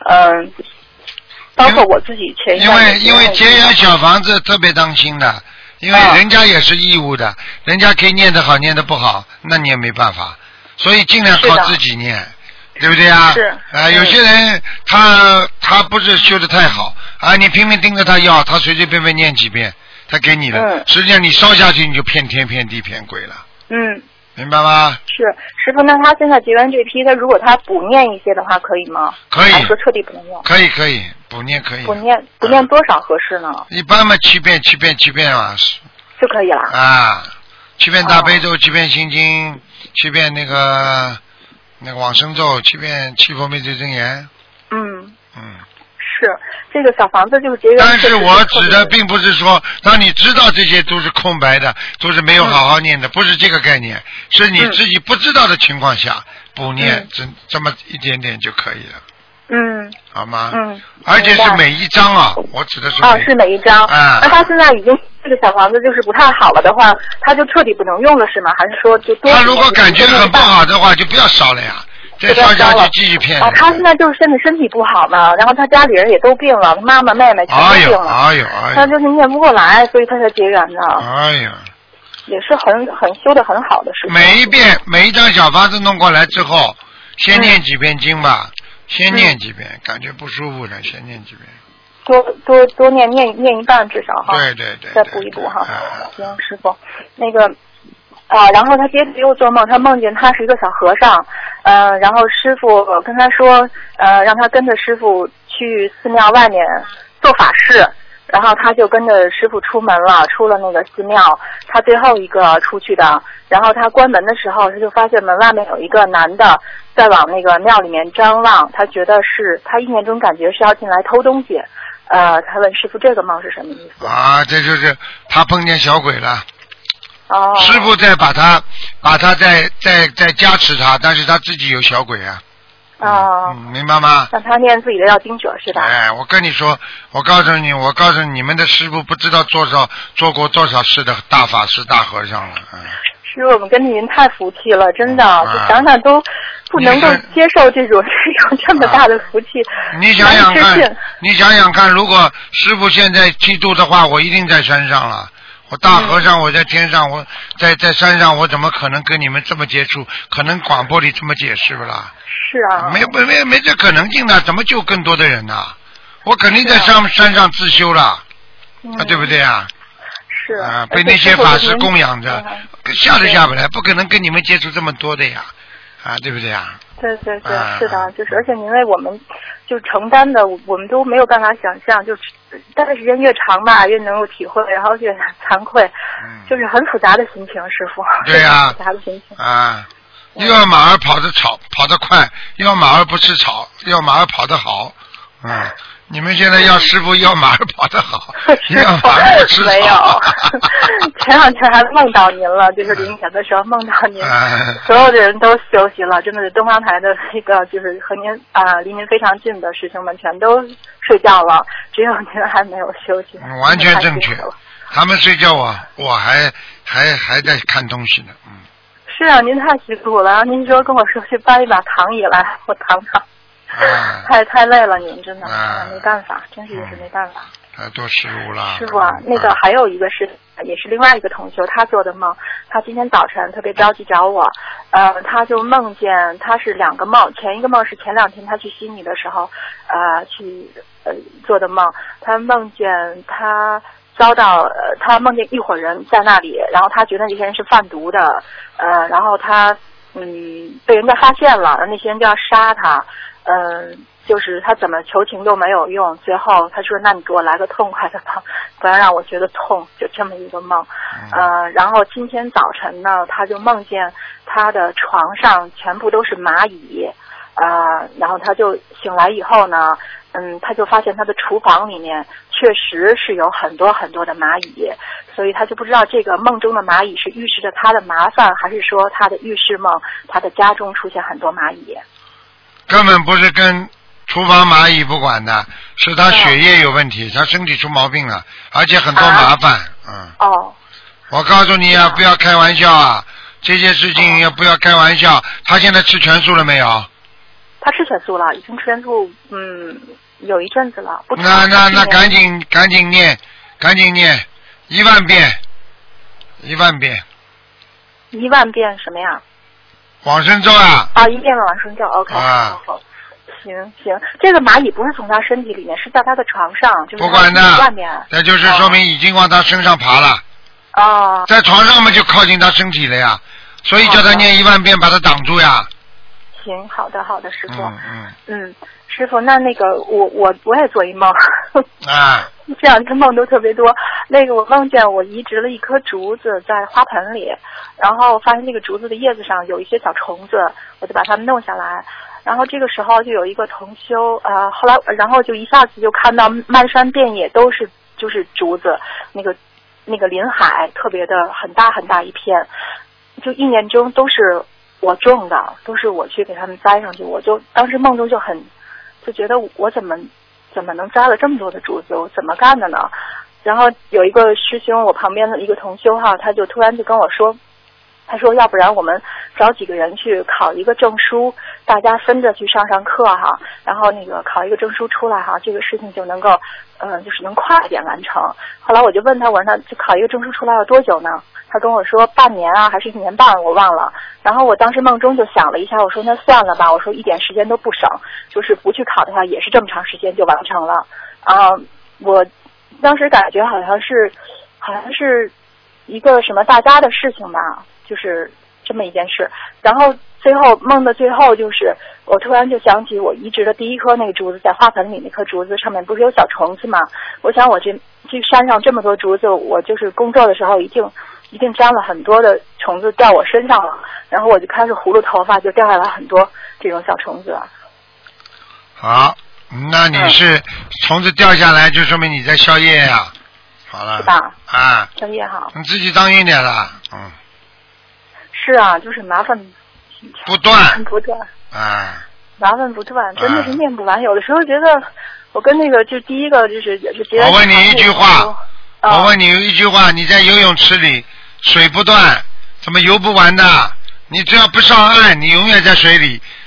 包括我自己前一段因为结缘小房子特别当心的，因为人家也是义务的，人家可以念得好念得不好，那你也没办法，所以尽量靠自己念，对不对啊？ 是。 有些人他不是修得太好你拼命盯着他要，他随随便便念几遍，他给你了，实际上你烧下去你就骗天骗地骗鬼了。明白吗？ 是，师父，那他现在结缘这批，他如果他补念一些的话，可以吗？ 可以。 还是说彻底不能用？ 可以，补念可以。 补念多少合适呢？ 一般嘛7遍啊。 就可以了。 7遍大悲咒，7遍心经，7遍那个往生咒，7遍七佛灭罪真言。 是这个小房子就是结缘。 但是我指的并不是说，当你知道这些都是空白的，都是没有好好念的，不是这个概念，是你自己不知道的情况下补念，这么一点点就可以了。好吗？而且是每一张我指的是是每一张。那他现在已经这个小房子就是不太好了的话，他就彻底不能用了是吗？还是说就多？ 他如果感觉很不好的话，就不要烧了呀。再烧下去继续骗。 他现在就是身体不好嘛，然后他家里人也都病了，他妈妈妹妹全都病了。他就是念不过来，所以他才结缘的。也是很修得很好的事情。 每一张小房子弄过来之后，先念几遍经吧，先念几遍，感觉不舒服的，先念几遍。 多念一半至少哈。 对。 再补一补哈。行，师父，那个。然后他接着又做梦，他梦见他是一个小和尚，然后师父跟他说，让他跟着师父去寺庙外面做法事，然后他就跟着师父出门了，出了那个寺庙，他最后一个出去的，然后他关门的时候，他就发现门外面有一个男的在往那个庙里面张望，他觉得是他意念中感觉是要进来偷东西，他问师父这个梦是什么意思？ 这就是他碰见小鬼了。师父在把他在加持他，但是他自己有小鬼啊。明白吗？ 让他念自己的要经者是吧？ 我跟你说，我告诉你们的师父不知道做过多少事的大法师大和尚了。 是我们跟您太服气了，真的，就想想都不能够接受这种这么大的福气。 你想想看，如果师父现在剃度的话，我一定在山上了。我大和尚，我在天上，我在山上，我怎么可能跟你们这么接触？可能广播里这么解释不啦？ 是啊。 没这可能性的，怎么救更多的人呢？我肯定在山上自修了，对不对啊？ 是啊。 被那些法师供养着，下都下不来，不可能跟你们接触这么多的呀，对不对啊？ 对，是的，就是而且因为我们就承担的，我们都没有办法想象，就待的时间越长吧，越能够体会，然后越惭愧，就是很复杂的心情，师父。 对呀。 复杂的心情。 又要马儿跑得快，又要马儿不吃草，又要马儿跑得好，你们现在要师傅要马儿跑得好，要马儿不吃草。 没有，前两天还梦到您了，就是临寝的时候梦到您，所有的人都休息了，真的是东方台的一个就是和您离您非常近的师兄们全都睡觉了，只有您还没有休息。 完全正确，他们睡觉我还在看东西呢。 是啊，您太辛苦了。您说跟我说去搬一把躺椅来，我躺。太累了，您真的没办法，真是也是没办法。 太多失误了。 师傅啊，那个还有一个是，也是另外一个同修，他做的梦，他今天早晨特别着急找我，他就梦见他是2个梦，前一个梦是前2天他去悉尼的时候，做的梦，他梦见他梦见一伙人在那里，然后他觉得那些人是贩毒的，然后他被人家发现了，那些人就要杀他。就是他怎么求情都没有用，最后他说那你给我来个痛快的吧，不要让我觉得痛，就这么一个梦。然后今天早晨呢，他就梦见他的床上全部都是蚂蚁，然后他就醒来以后呢，他就发现他的厨房里面确实是有很多很多的蚂蚁，所以他就不知道这个梦中的蚂蚁是预示着他的麻烦，还是说他的预示梦他的家中出现很多蚂蚁。 根本不是跟厨房蚂蚁不管的，是他血液有问题，他身体出毛病了，而且很多麻烦。我告诉你不要开玩笑啊，这些事情也不要开玩笑。他现在吃全素了没有？ 他吃全素了，已经吃全素有一阵子了。 那赶紧念1万遍，1万遍。 1万遍什么呀？ 往生咒啊 ！1遍往生咒 ，OK， 好，行，这个蚂蚁不是从他身体里面，是在他的床上，就是不管的， 外面。 那就是说明已经往他身上爬了。在床上嘛就靠近他身体了呀，所以叫他念1万遍把他挡住呀。 行，好的，师傅。师傅，那个我也做一梦。这两天梦都特别多。我梦见我移植了一颗竹子在花盆里，然后发现那个竹子的叶子上有一些小虫子，我就把它们弄下来。然后这个时候就有一个同修，后来然后就一下子就看到漫山遍野都是就是竹子，那个林海特别的很大很大一片，就意念中都是我种的，都是我去给他们栽上去。我就当时梦中就觉得我怎么能摘了这么多的竹子，我怎么干的呢？然后有一个师兄，我旁边的一个同修他就突然就跟我说，他说要不然我们找几个人去考一个证书，大家分着去上课然后考一个证书出来这个事情就能够就是能快一点完成。后来我就问他，我说那就考一个证书出来要多久呢？他跟我说半年还是1年半，我忘了。然后我当时梦中就想了一下，我说那算了吧，我说一点时间都不省，就是不去考的话也是这么长时间就完成了。我当时感觉好像是一个什么大家的事情吧，就是这么一件事。然后梦的最后就是我突然就想起我移植的第一颗那个竹子，在花盆里那颗竹子上面不是有小虫子吗？我想我这山上这么多竹子，我就是工作的时候一定沾了很多的虫子掉我身上了，然后我就开始葫芦头发，就掉下来很多这种小虫子。 好，那你是虫子掉下来就说明你在宵夜呀。好了， 是吧？宵夜好， 你自己当心点了。 是啊，就是麻烦不断， 麻烦不断，真的是念不完。有的时候觉得我跟就第一个就是我问你一句话，你在游泳池里水不断，怎么游不完的？你只要不上岸，你永远在水里。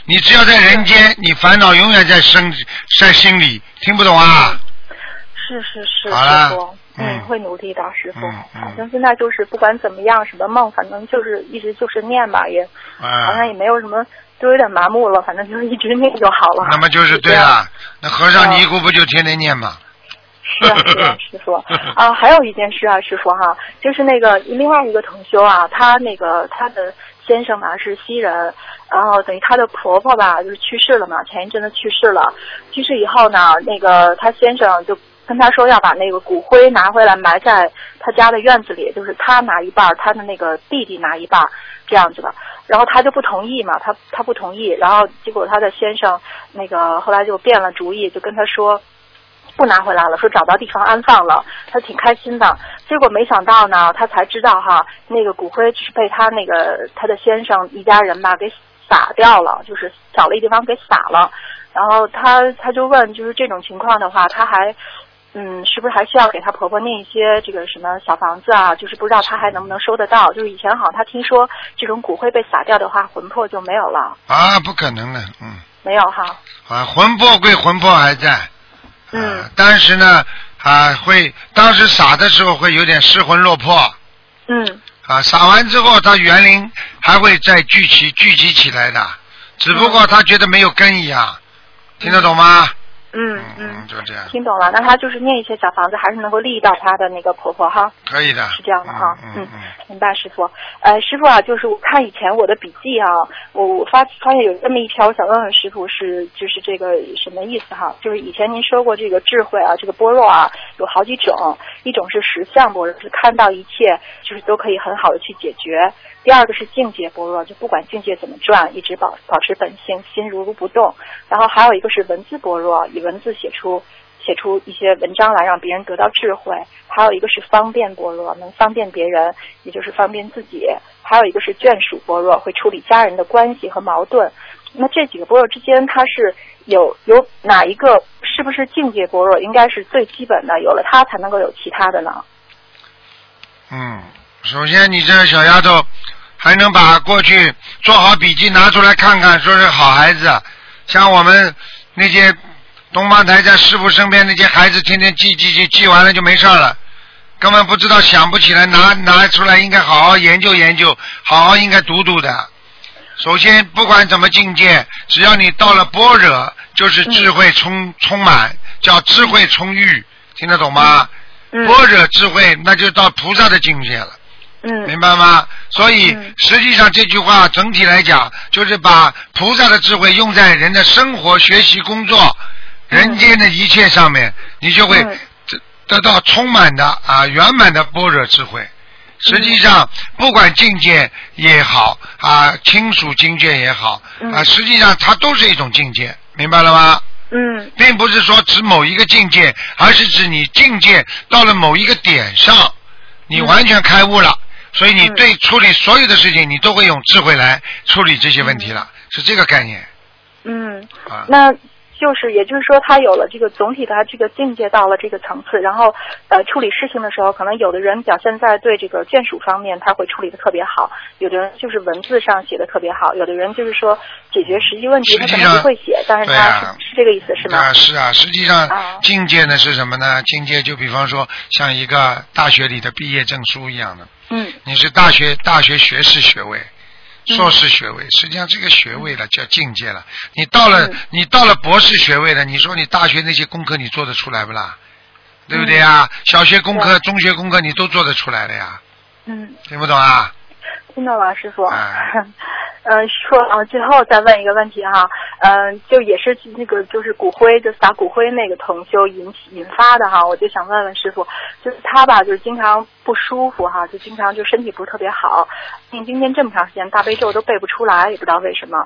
你只要在人间，你烦恼永远在心里，听不懂啊？ 是，师傅。 会努力的，师傅。反正现在就是不管怎么样，什么梦，反正就是一直就是念吧，也好像也没有什么，都有点麻木了，反正就是一直念就好了。 那么就是对了，那和尚尼姑不就天天念吗？ 是啊，师傅啊，还有一件事啊，师傅哈，就是那个另外一个同修啊，他的先生嘛是西人，然后等于他的婆婆吧就是去世了嘛，前一阵子去世了，去世以后呢，那个他先生就跟他说要把那个骨灰拿回来埋在他家的院子里，就是他拿一半，他的那个弟弟拿一半这样子的，然后他就不同意嘛，他不同意，然后结果他的先生那个后来就变了主意，就跟他说不拿回来了，说找到地方安放了，他挺开心的。结果没想到呢，他才知道哈，那个骨灰只是被他的先生一家人吧给撒掉了，就是找了一地方给撒了。然后他就问，就是这种情况的话，他还是不是还需要给他婆婆念一些这个什么小房子啊？就是不知道他还能不能收得到。就是以前好像他听说这种骨灰被撒掉的话，魂魄就没有了。 啊，不可能的， 没有哈。 啊，魂魄归魂魄还在。但是呢，当时撒的时候会有点失魂落魄。撒完之后，他园林还会再聚集起来的，只不过他觉得没有根一样，听得懂吗？就这样。 听懂了，那他就是念一些小房子，还是能够利益到他的那个婆婆哈。 可以的。 是这样的哈。明白，师傅。师傅啊，就是我看以前我的笔记啊，我发现有这么一条，我想问问师傅就是这个什么意思哈？就是以前您说过这个智慧啊，这个般若啊，有好几种，一种是实相般若，是看到一切就是都可以很好的去解决。第二个是境界般若，就不管境界怎么转，一直保持本性，心如不动。然后还有一个是文字般若，以文字写出一些文章来让别人得到智慧。还有一个是方便般若，能方便别人，也就是方便自己。还有一个是眷属般若，会处理家人的关系和矛盾。那这几个般若之间，它是有哪一个是不是境界般若应该是最基本的，有了它才能够有其他的呢？ 首先你这个小丫头还能把过去做好笔记拿出来看看，说是好孩子。像我们那些东方台在师父身边那些孩子，天天记完了就没事了，根本不知道，想不起来，拿出来应该好好研究研究，好好应该读的。首先不管怎么境界，只要你到了般若，就是智慧充满，叫智慧充裕，听得懂吗？般若智慧那就到菩萨的境界了。明白吗？所以实际上这句话整体来讲，就是把菩萨的智慧用在人的生活、学习、工作、人间的一切上面，你就会得到充满的圆满的般若智慧。实际上不管境界也好亲属境界也好实际上它都是一种境界，明白了吗？并不是说指某一个境界，而是指你境界到了某一个点上，你完全开悟了。所以你对处理所有的事情，你都会用智慧来处理这些问题了，是这个概念。 那就是也就是说，他有了这个总体的这个境界到了这个层次，然后处理事情的时候，可能有的人表现在对这个眷属方面，他会处理的特别好；有的人就是文字上写的特别好；有的人就是说解决实际问题他可能不会写，但是他是这个意思是吗？ 是啊，实际上境界呢是什么呢？境界就比方说像一个大学里的毕业证书一样的。你是大学学士学位、硕士学位，实际上这个学位了叫境界了。你到了博士学位了，你说你大学那些功课你做得出来不啦？对不对呀？小学功课、中学功课你都做得出来了呀。听不懂啊？ 听懂了，师傅。最后再问一个问题哈，就也是那个就是骨灰就撒骨灰那个同修引发的哈，我就想问问师傅，就是他吧，就是经常不舒服哈，就经常就身体不是特别好，念经念这么长时间大悲咒都背不出来，也不知道为什么。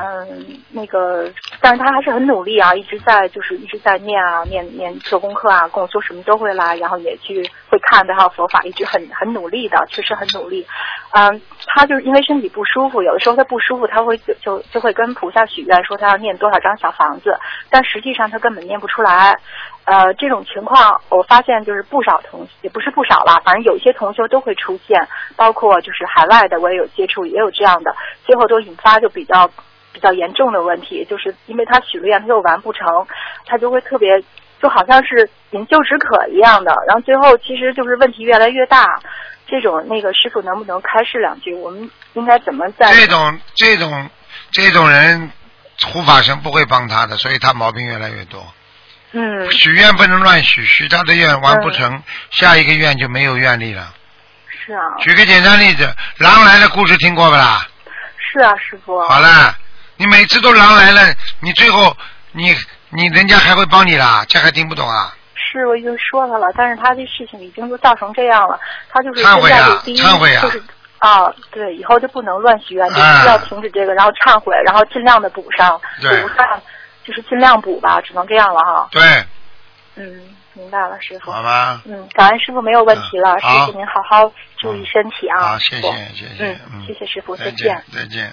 但是他还是很努力啊，一直在念啊，念做功课啊，跟我说什么都会来，然后也会看这套佛法，一直很努力的，确实很努力。他就是因为身体不舒服，有的时候他不舒服，他会就会跟菩萨许愿说他要念多少张小房子，但实际上他根本念不出来。这种情况我发现就是不少也不是不少啦，反正有一些同修都会出现，包括就是海外的我也有接触，也有这样的，最后都引发就比较比较严重的问题，就是因为他许了愿他又完不成，他就会特别就好像是饮鸩止渴一样的，然后最后其实就是问题越来越大。这种师傅能不能开示两句？我们应该怎么在这种人，护法神不会帮他的，所以他毛病越来越多。许愿不能乱许，许他的愿完不成，下一个愿就没有愿力了。 是啊。 举个简单例子，狼来的故事听过不啦？ 是啊，师傅。 好了，你每次都狼来了，你最后你人家还会帮你啦？这还听不懂啊？ 是，我已经说他了，但是他这事情已经都造成这样了，他就是忏悔啊，忏悔啊， 就是对，以后就不能乱许愿，就必须要停止这个，然后忏悔，然后尽量的补上，补不上就是尽量补吧，只能这样了哈。 对。 明白了，师傅。 好吧。 感恩师傅，没有问题了，师傅您好好注意身体啊。 好，谢谢。 谢谢师傅，再见。 再见。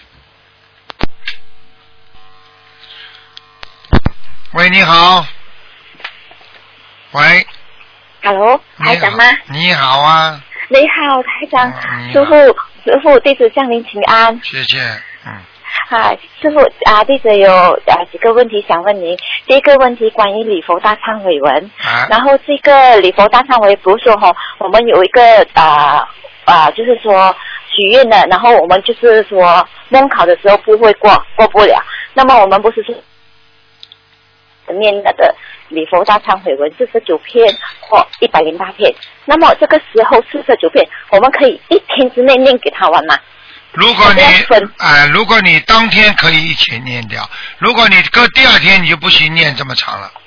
喂，你好。喂 ，Hello， 台长吗？ 你好啊。 你好，台长。师傅，弟子向您请安。 谢谢。 嗨，师傅弟子有几个问题想问您。第一个问题关于礼佛大忏悔文，然后这个礼佛大忏悔不是说我们有一个就是说许愿的，然后我们就是说梦考的时候不会过不了，那么我们不是说念那个礼佛大忏悔文49篇或108篇，那么这个时候49篇我们可以一天之内念给他完吗？ 如果你当天可以一起念掉，如果你隔第二天你就不行念这么长了。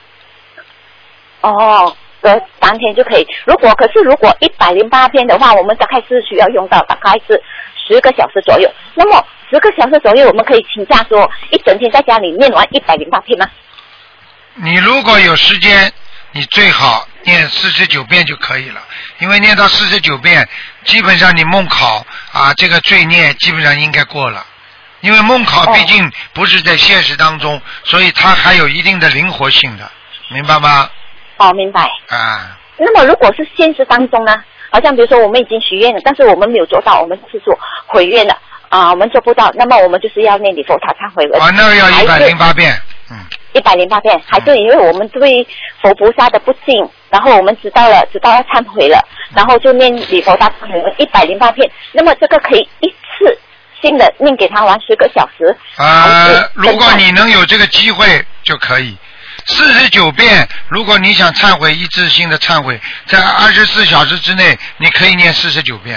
当天就可以。如果108篇的话，我们大概是需要用到大概是10个小时左右。那么10个小时左右，我们可以请假说一整天在家里念完108篇吗？ 你如果有时间，你最好念49遍就可以了，因为念到49遍，基本上你梦考这个罪孽基本上应该过了，因为梦考毕竟不是在现实当中，所以它还有一定的灵活性的，明白吗？ 明白。那么如果是现实当中呢？好像比如说我们已经许愿了，但是我们没有做到，我们是说毁愿了我们做不到，那么我们就是要念礼佛大忏悔文。 那个要108遍。 108遍，还是因为我们对佛菩萨的不敬，然后我们知道要忏悔了，然后就念礼佛大忏悔文108遍。那么这个可以一次性的念给他玩10个小时。 如果你能有这个机会就可以。49遍，如果你想忏悔一次性的忏悔，在24小时之内，你可以念49遍。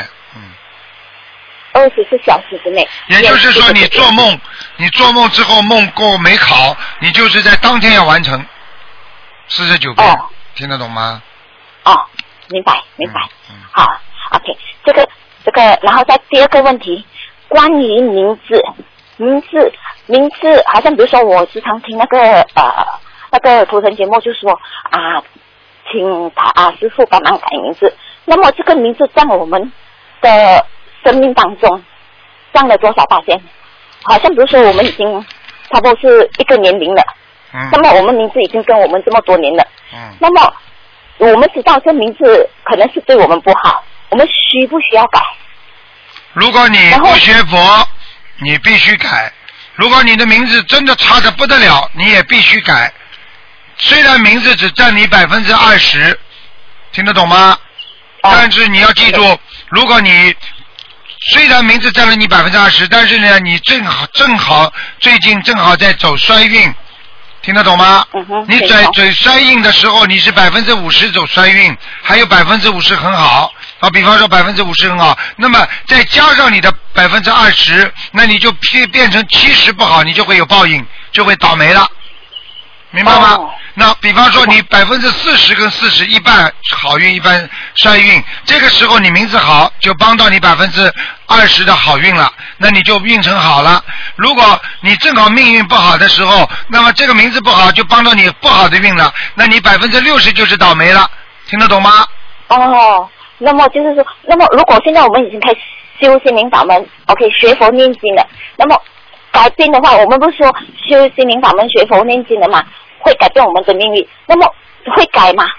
24小时之内。 也就是说，你做梦之后梦过没考，你就是在当天要完成49遍，听得懂吗？ 明白。好 ，OK， 这个，然后再第二个问题，关于名字，好像比如说我时常听那个图腾节目，就说请他师父帮忙改名字，那么这个名字占我们的生命当中占了多少%？好像比如说我们已经差不多是一个年龄了，那么我们名字已经跟我们这么多年了，那么我们知道这名字可能是对我们不好，我们需不需要改？ 如果你不学佛，你必须改；如果你的名字真的差得不得了，你也必须改。虽然名字只占你20%，听得懂吗？但是你要记住，如果你虽然名字占了你20%，但是呢，你正好最近正好在走衰运，听得懂吗？你在走衰运的时候，你是50%走衰运，还有50%很好。比方说50%很好，那么再加上你的20%，那你就变成70%不好，你就会有报应，就会倒霉了。明白吗？那比方说你40%跟40%，一半好运一半衰运，这个时候你名字好，就帮到你20%的好运了，那你就运程好了。如果你正好命运不好的时候，那么这个名字不好，就帮到你不好的运了，那你60%就是倒霉了，听得懂吗？ 那么就是说，那么如果现在我们已经开始修心灵法门 ，OK， 学佛念经了，那么改变的话，我们不是说修心灵法门学佛念经的嘛，会改变我们的命运，那么会改吗？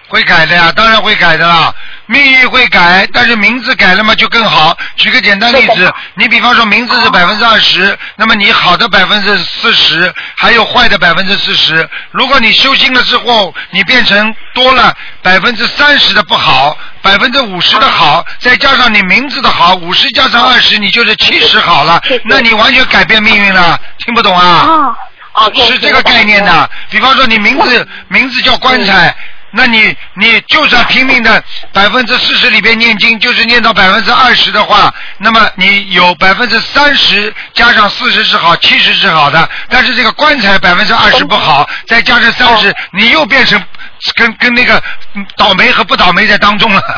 会改的呀，当然会改的啦。命运会改，但是名字改了嘛就更好。举个简单例子，你比方说名字是20%，那么你好的40%，还有坏的40%。如果你修心了之后，你变成多了30%的不好，50%的好，再加上你名字的好，50加上20，你就是70好了。那你完全改变命运了，听不懂啊？是这个概念的。比方说你名字叫棺材。那你就算拼命的40%里边念经，就是念到20%的话，那么你有30%加上40是好，70是好的，但是这个棺材20%不好，再加上30，你又变成跟那个倒霉和不倒霉在当中了。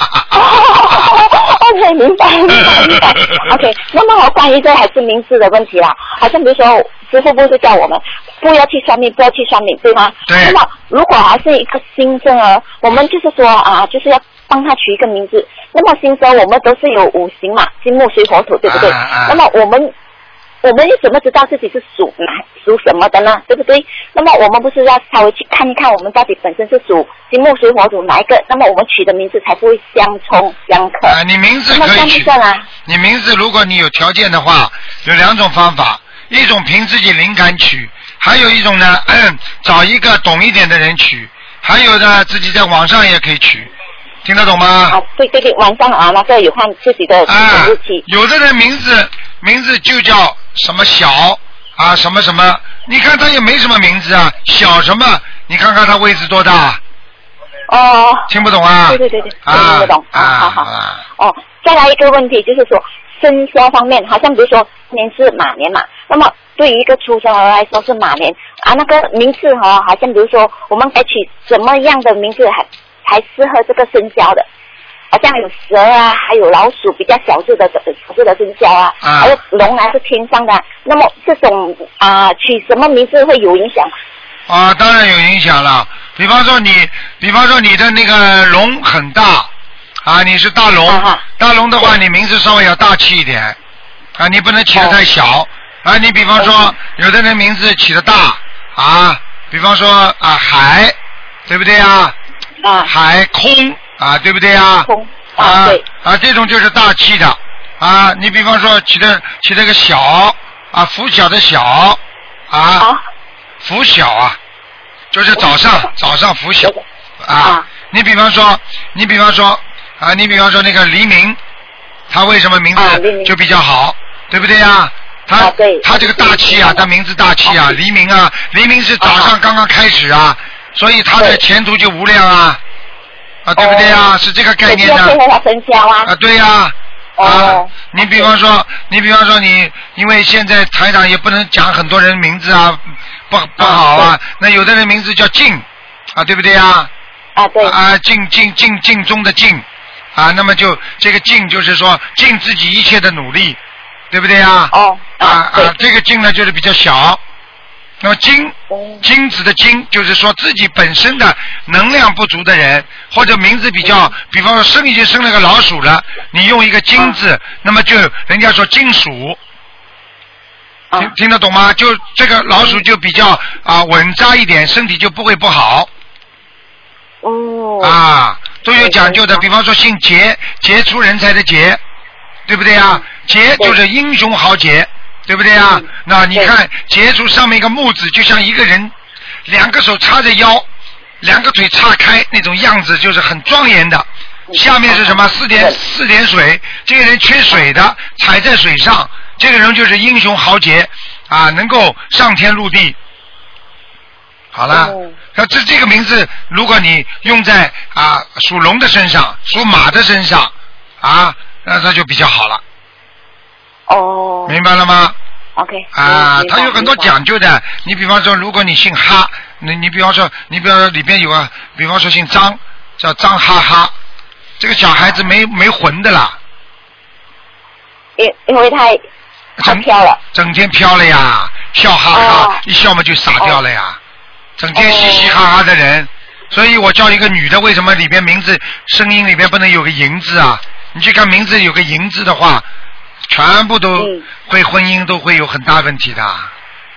OK， 明白。OK， 那么我关于这还是名字的问题啦，好像比如说师父不是叫我们不要去算命，对吗？ 对。 那么如果还是一个新生儿，我们就是说就是要帮他取一个名字。那么新生我们都是有5行嘛，金木水火土，对不对？那么我们又怎么知道自己是属什么的呢？对不对？那么我们不是要稍微去看一看我们到底本身是属金木水火土哪一个，那么我们取的名字才不会相冲相克。 你名字可以取。你名字如果你有条件的话，有2种方法，一种凭自己灵感取，还有一种呢，找一个懂一点的人取，还有呢自己在网上也可以取。听得懂吗？ 对，网上那个有看自己的日期。 有的人名字就叫什么小什么什么，你看他也没什么名字啊，小什么，你看看他位置多大？听不懂啊？ 对，听不懂。好。再来一个问题，就是说生肖方面，好像比如说年是马年嘛，那么对于一个出生儿来说是马年那个名字好像比如说我们该取什么样的名字才适合这个生肖的？好像有蛇还有老鼠比较小只的生肖还有龙是天上的。那么这种取什么名字会有影响？ 当然有影响了。比方说你的那个龙很大你是大龙，大龙的话你名字稍微要大气一点你不能起得太小你比方说有的人名字起得大比方说海，对不对海空对不对空对这种就是大气的你比方说起了个小拂晓的晓拂晓就是早上拂晓你比方说那个黎明，他为什么名字就比较好，对不对他这个大气他名字大气黎明黎明是早上刚刚开始所以他的前途就无量对不对是这个概念的对你比方说你因为现在台长也不能讲很多人名字不好那有的人名字叫静对不对对静中的静那么就这个静就是说尽自己一切的努力，对不对这个静呢就是比较小。那么金子的金就是说自己本身的能量不足的人，或者名字比方说已经生了个老鼠了，你用一个金字那么就人家说金属听得懂吗？就这个老鼠就比较稳扎一点，身体就不会不好都有讲究的。比方说姓杰，杰出人才的杰，对不对杰就是英雄豪杰，对不对那你看杰出上面一个木字，就像一个人2个手叉着腰，2个腿叉开那种样子，就是很庄严的。下面是什么？4点水，这个人缺水的，踩在水上，这个人就是英雄豪杰能够上天入地。好了，这个名字如果你用在属龙的身上，属马的身上那它就比较好了。明白了吗 ？OK。 它有很多讲究的。你比方说，如果你姓哈，你比方说里边有比方说姓张，叫张哈哈，这个小孩子没魂的啦。 因为太飘了， 整天飘了呀，笑哈哈，一笑嘛就傻掉了呀。整天嘻嘻哈哈的人，所以我叫一个女的，为什么里边名字声音里边不能有个银字你去看名字有个银字的话，全部都会婚姻都会有很大问题的。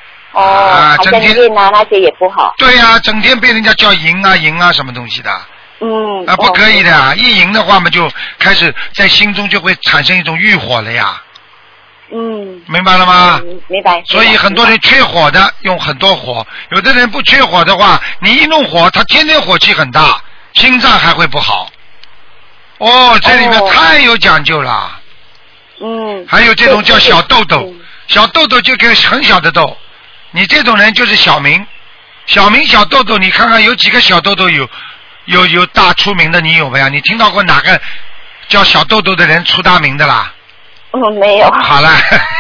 整天那些也不好。 对整天被人家叫银啊什么东西的， 不可以的，一淫的话嘛，就开始在心中就会产生一种欲火了呀。明白了吗？ 明白。 所以很多人缺火的用很多火，有的人不缺火的话，你一弄火，他天天火气很大，心脏还会不好。这里面太有讲究了。还有这种叫小痘痘，小痘痘就跟很小的痘，你这种人就是小名小痘痘，你看看有几个小痘痘有大出名的，你有没有？你听到过哪个叫小痘痘的人出大名的啦？ 没有。 好了。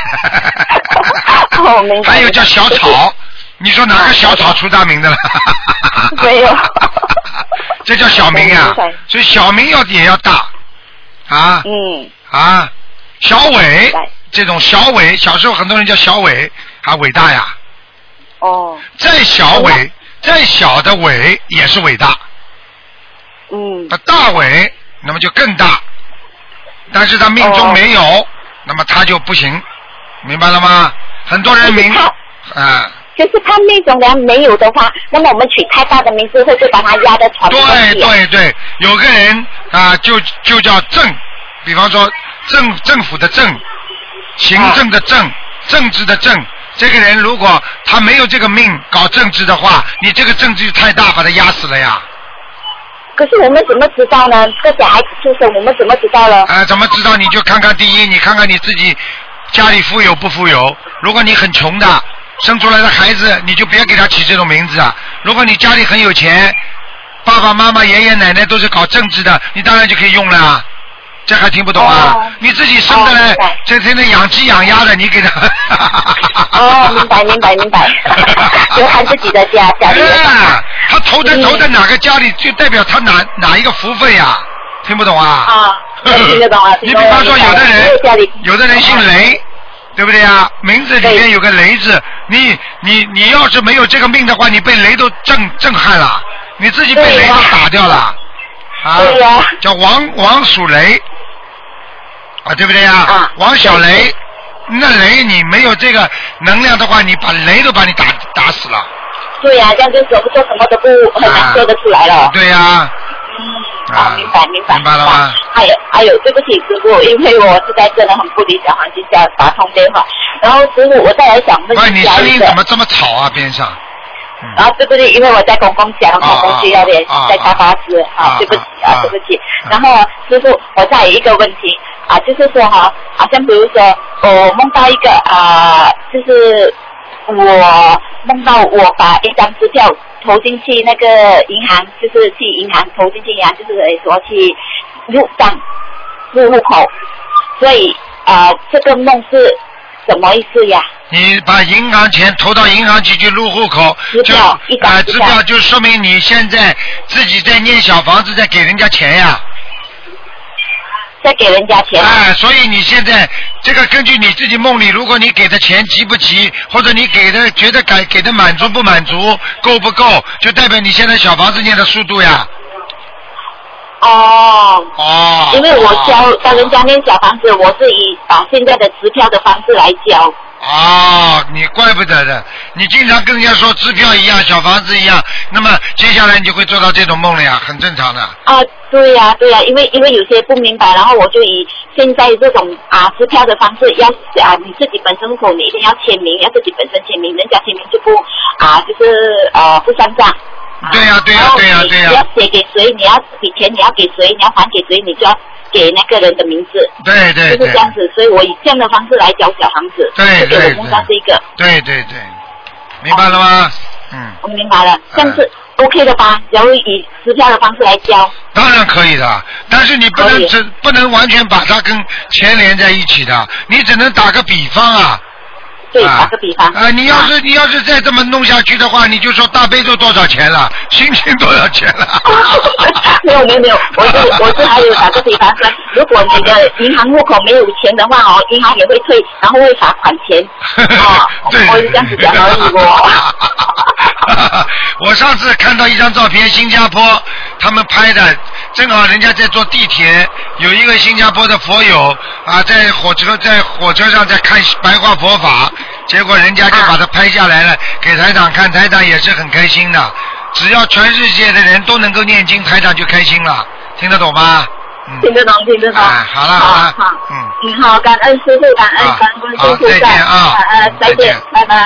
明白。 还有叫小草，你说哪个小草出大名的了？ 没有。 这叫小名呀，所以小名也要大啊。小伟这种小伟，小时候很多人叫小伟，伟大呀。再小伟，再小的伟也是伟大。大伟那么就更大，但是他命中没有，那么他就不行，明白了吗？很多人就是他命中良没有的话，那么我们取太大的名字，会把他压在床上。 对，有个人就叫政，比方说政府的政，行政的政，政治的政。这个人如果他没有这个命搞政治的话，你这个政治太大，把他压死了呀。 可是我们怎么知道呢？这小孩子出生，我们怎么知道了？ 怎么知道？你就看看第一，你看看你自己家里富有不富有。如果你很穷的，生出来的孩子，你就别给他起这种名字啊。如果你家里很有钱，爸爸妈妈、爷爷奶奶都是搞政治的，你当然就可以用了啊。这还听不懂啊？你自己生的嘞，这天天养鸡养鸭的，你给他。 明白。就看自己的家里。 他投在哪个家里，就代表他哪一个福分呀？听不懂啊？ 听得懂啊。 你比方说，有的人姓雷，对不对呀？名字里面有个雷字，你要是没有这个命的话，你被雷都震撼了，你自己被雷都打掉了。 对呀。 叫王属雷。对不对呀？王小雷，那雷你没有这个能量的话，你把雷都把你打死了。 对呀，这样就说什么都很难说得出来了。 对呀。 明白。 明白了吗？ 还有，对不起师傅，因为我实在真的很不理想，就想打通电话。然后师傅，我再来想问一下。 你声音怎么这么吵啊？边上。 对不对？因为我在公共家，公共需要联系在开发室，对不起。然后师傅，我再有一个问题就是说好像比如说我梦到一个就是我梦到我把一张支票投进去那个银行，就是去银行投进去银行，就是说去入户口，所以这个梦是什么意思呀？ 你把银行钱投到银行去入户口， 支票就说明你现在自己在念小房子，在给人家钱呀。 在给人家钱。 所以你现在这个根据你自己梦里，如果你给的钱急不急，或者你给的觉得给的满足不满足，够不够，就代表你现在小房子念的速度呀。 因为我教人家念小房子，我是以把现在的支票的方式来教。 你怪不得的，你经常跟人家说支票一样，小房子一样，那么接下来你就会做到这种梦了呀，很正常的。 对呀，因为有些不明白，然后我就以现在这种支票的方式，要你自己本身户口你一定要签名，要自己本身签名，人家签名就不就是不上账。 对呀。 你要写给谁，你要笔钱你要给谁，你要还给谁，你就要给那个人的名字。 对， 就是这样子，所以我以这样的方式来教小房子。对，我梦到这个。 对，明白了吗？ 我明白了，这样是 OK 的吧？然后以支票的方式来教。 当然可以的，但是你不能完全把它跟钱连在一起的，你只能打个比方对，打个比方。 你要是再这么弄下去的话，你就说大悲咒多少钱了，心经多少钱了？ 没有，我是还有打个比方说，如果你的银行户口没有钱的话银行也会退，然后会罚款钱。我是这样子讲而已。我上次看到一张照片，新加坡他们拍的，正好人家在坐地铁，有一个新加坡的佛友在火车上在看白话佛法，结果人家就把它拍下来了，给台长看，台长也是很开心的。 只要全世界的人都能够念经，台长就开心了，听得懂吗？ 听得懂，听得懂。 好了，好， 好，感恩师父，感恩观世音菩萨。 再见啊！ 再见，拜拜。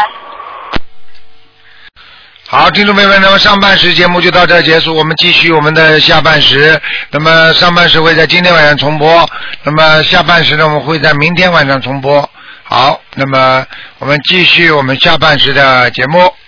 好，听众朋友们，那么上半时节目就到这儿结束，我们继续我们的下半时。那么上半时会在今天晚上重播，那么下半时呢，我们会在明天晚上重播。好，那么我们继续我们下半时的节目。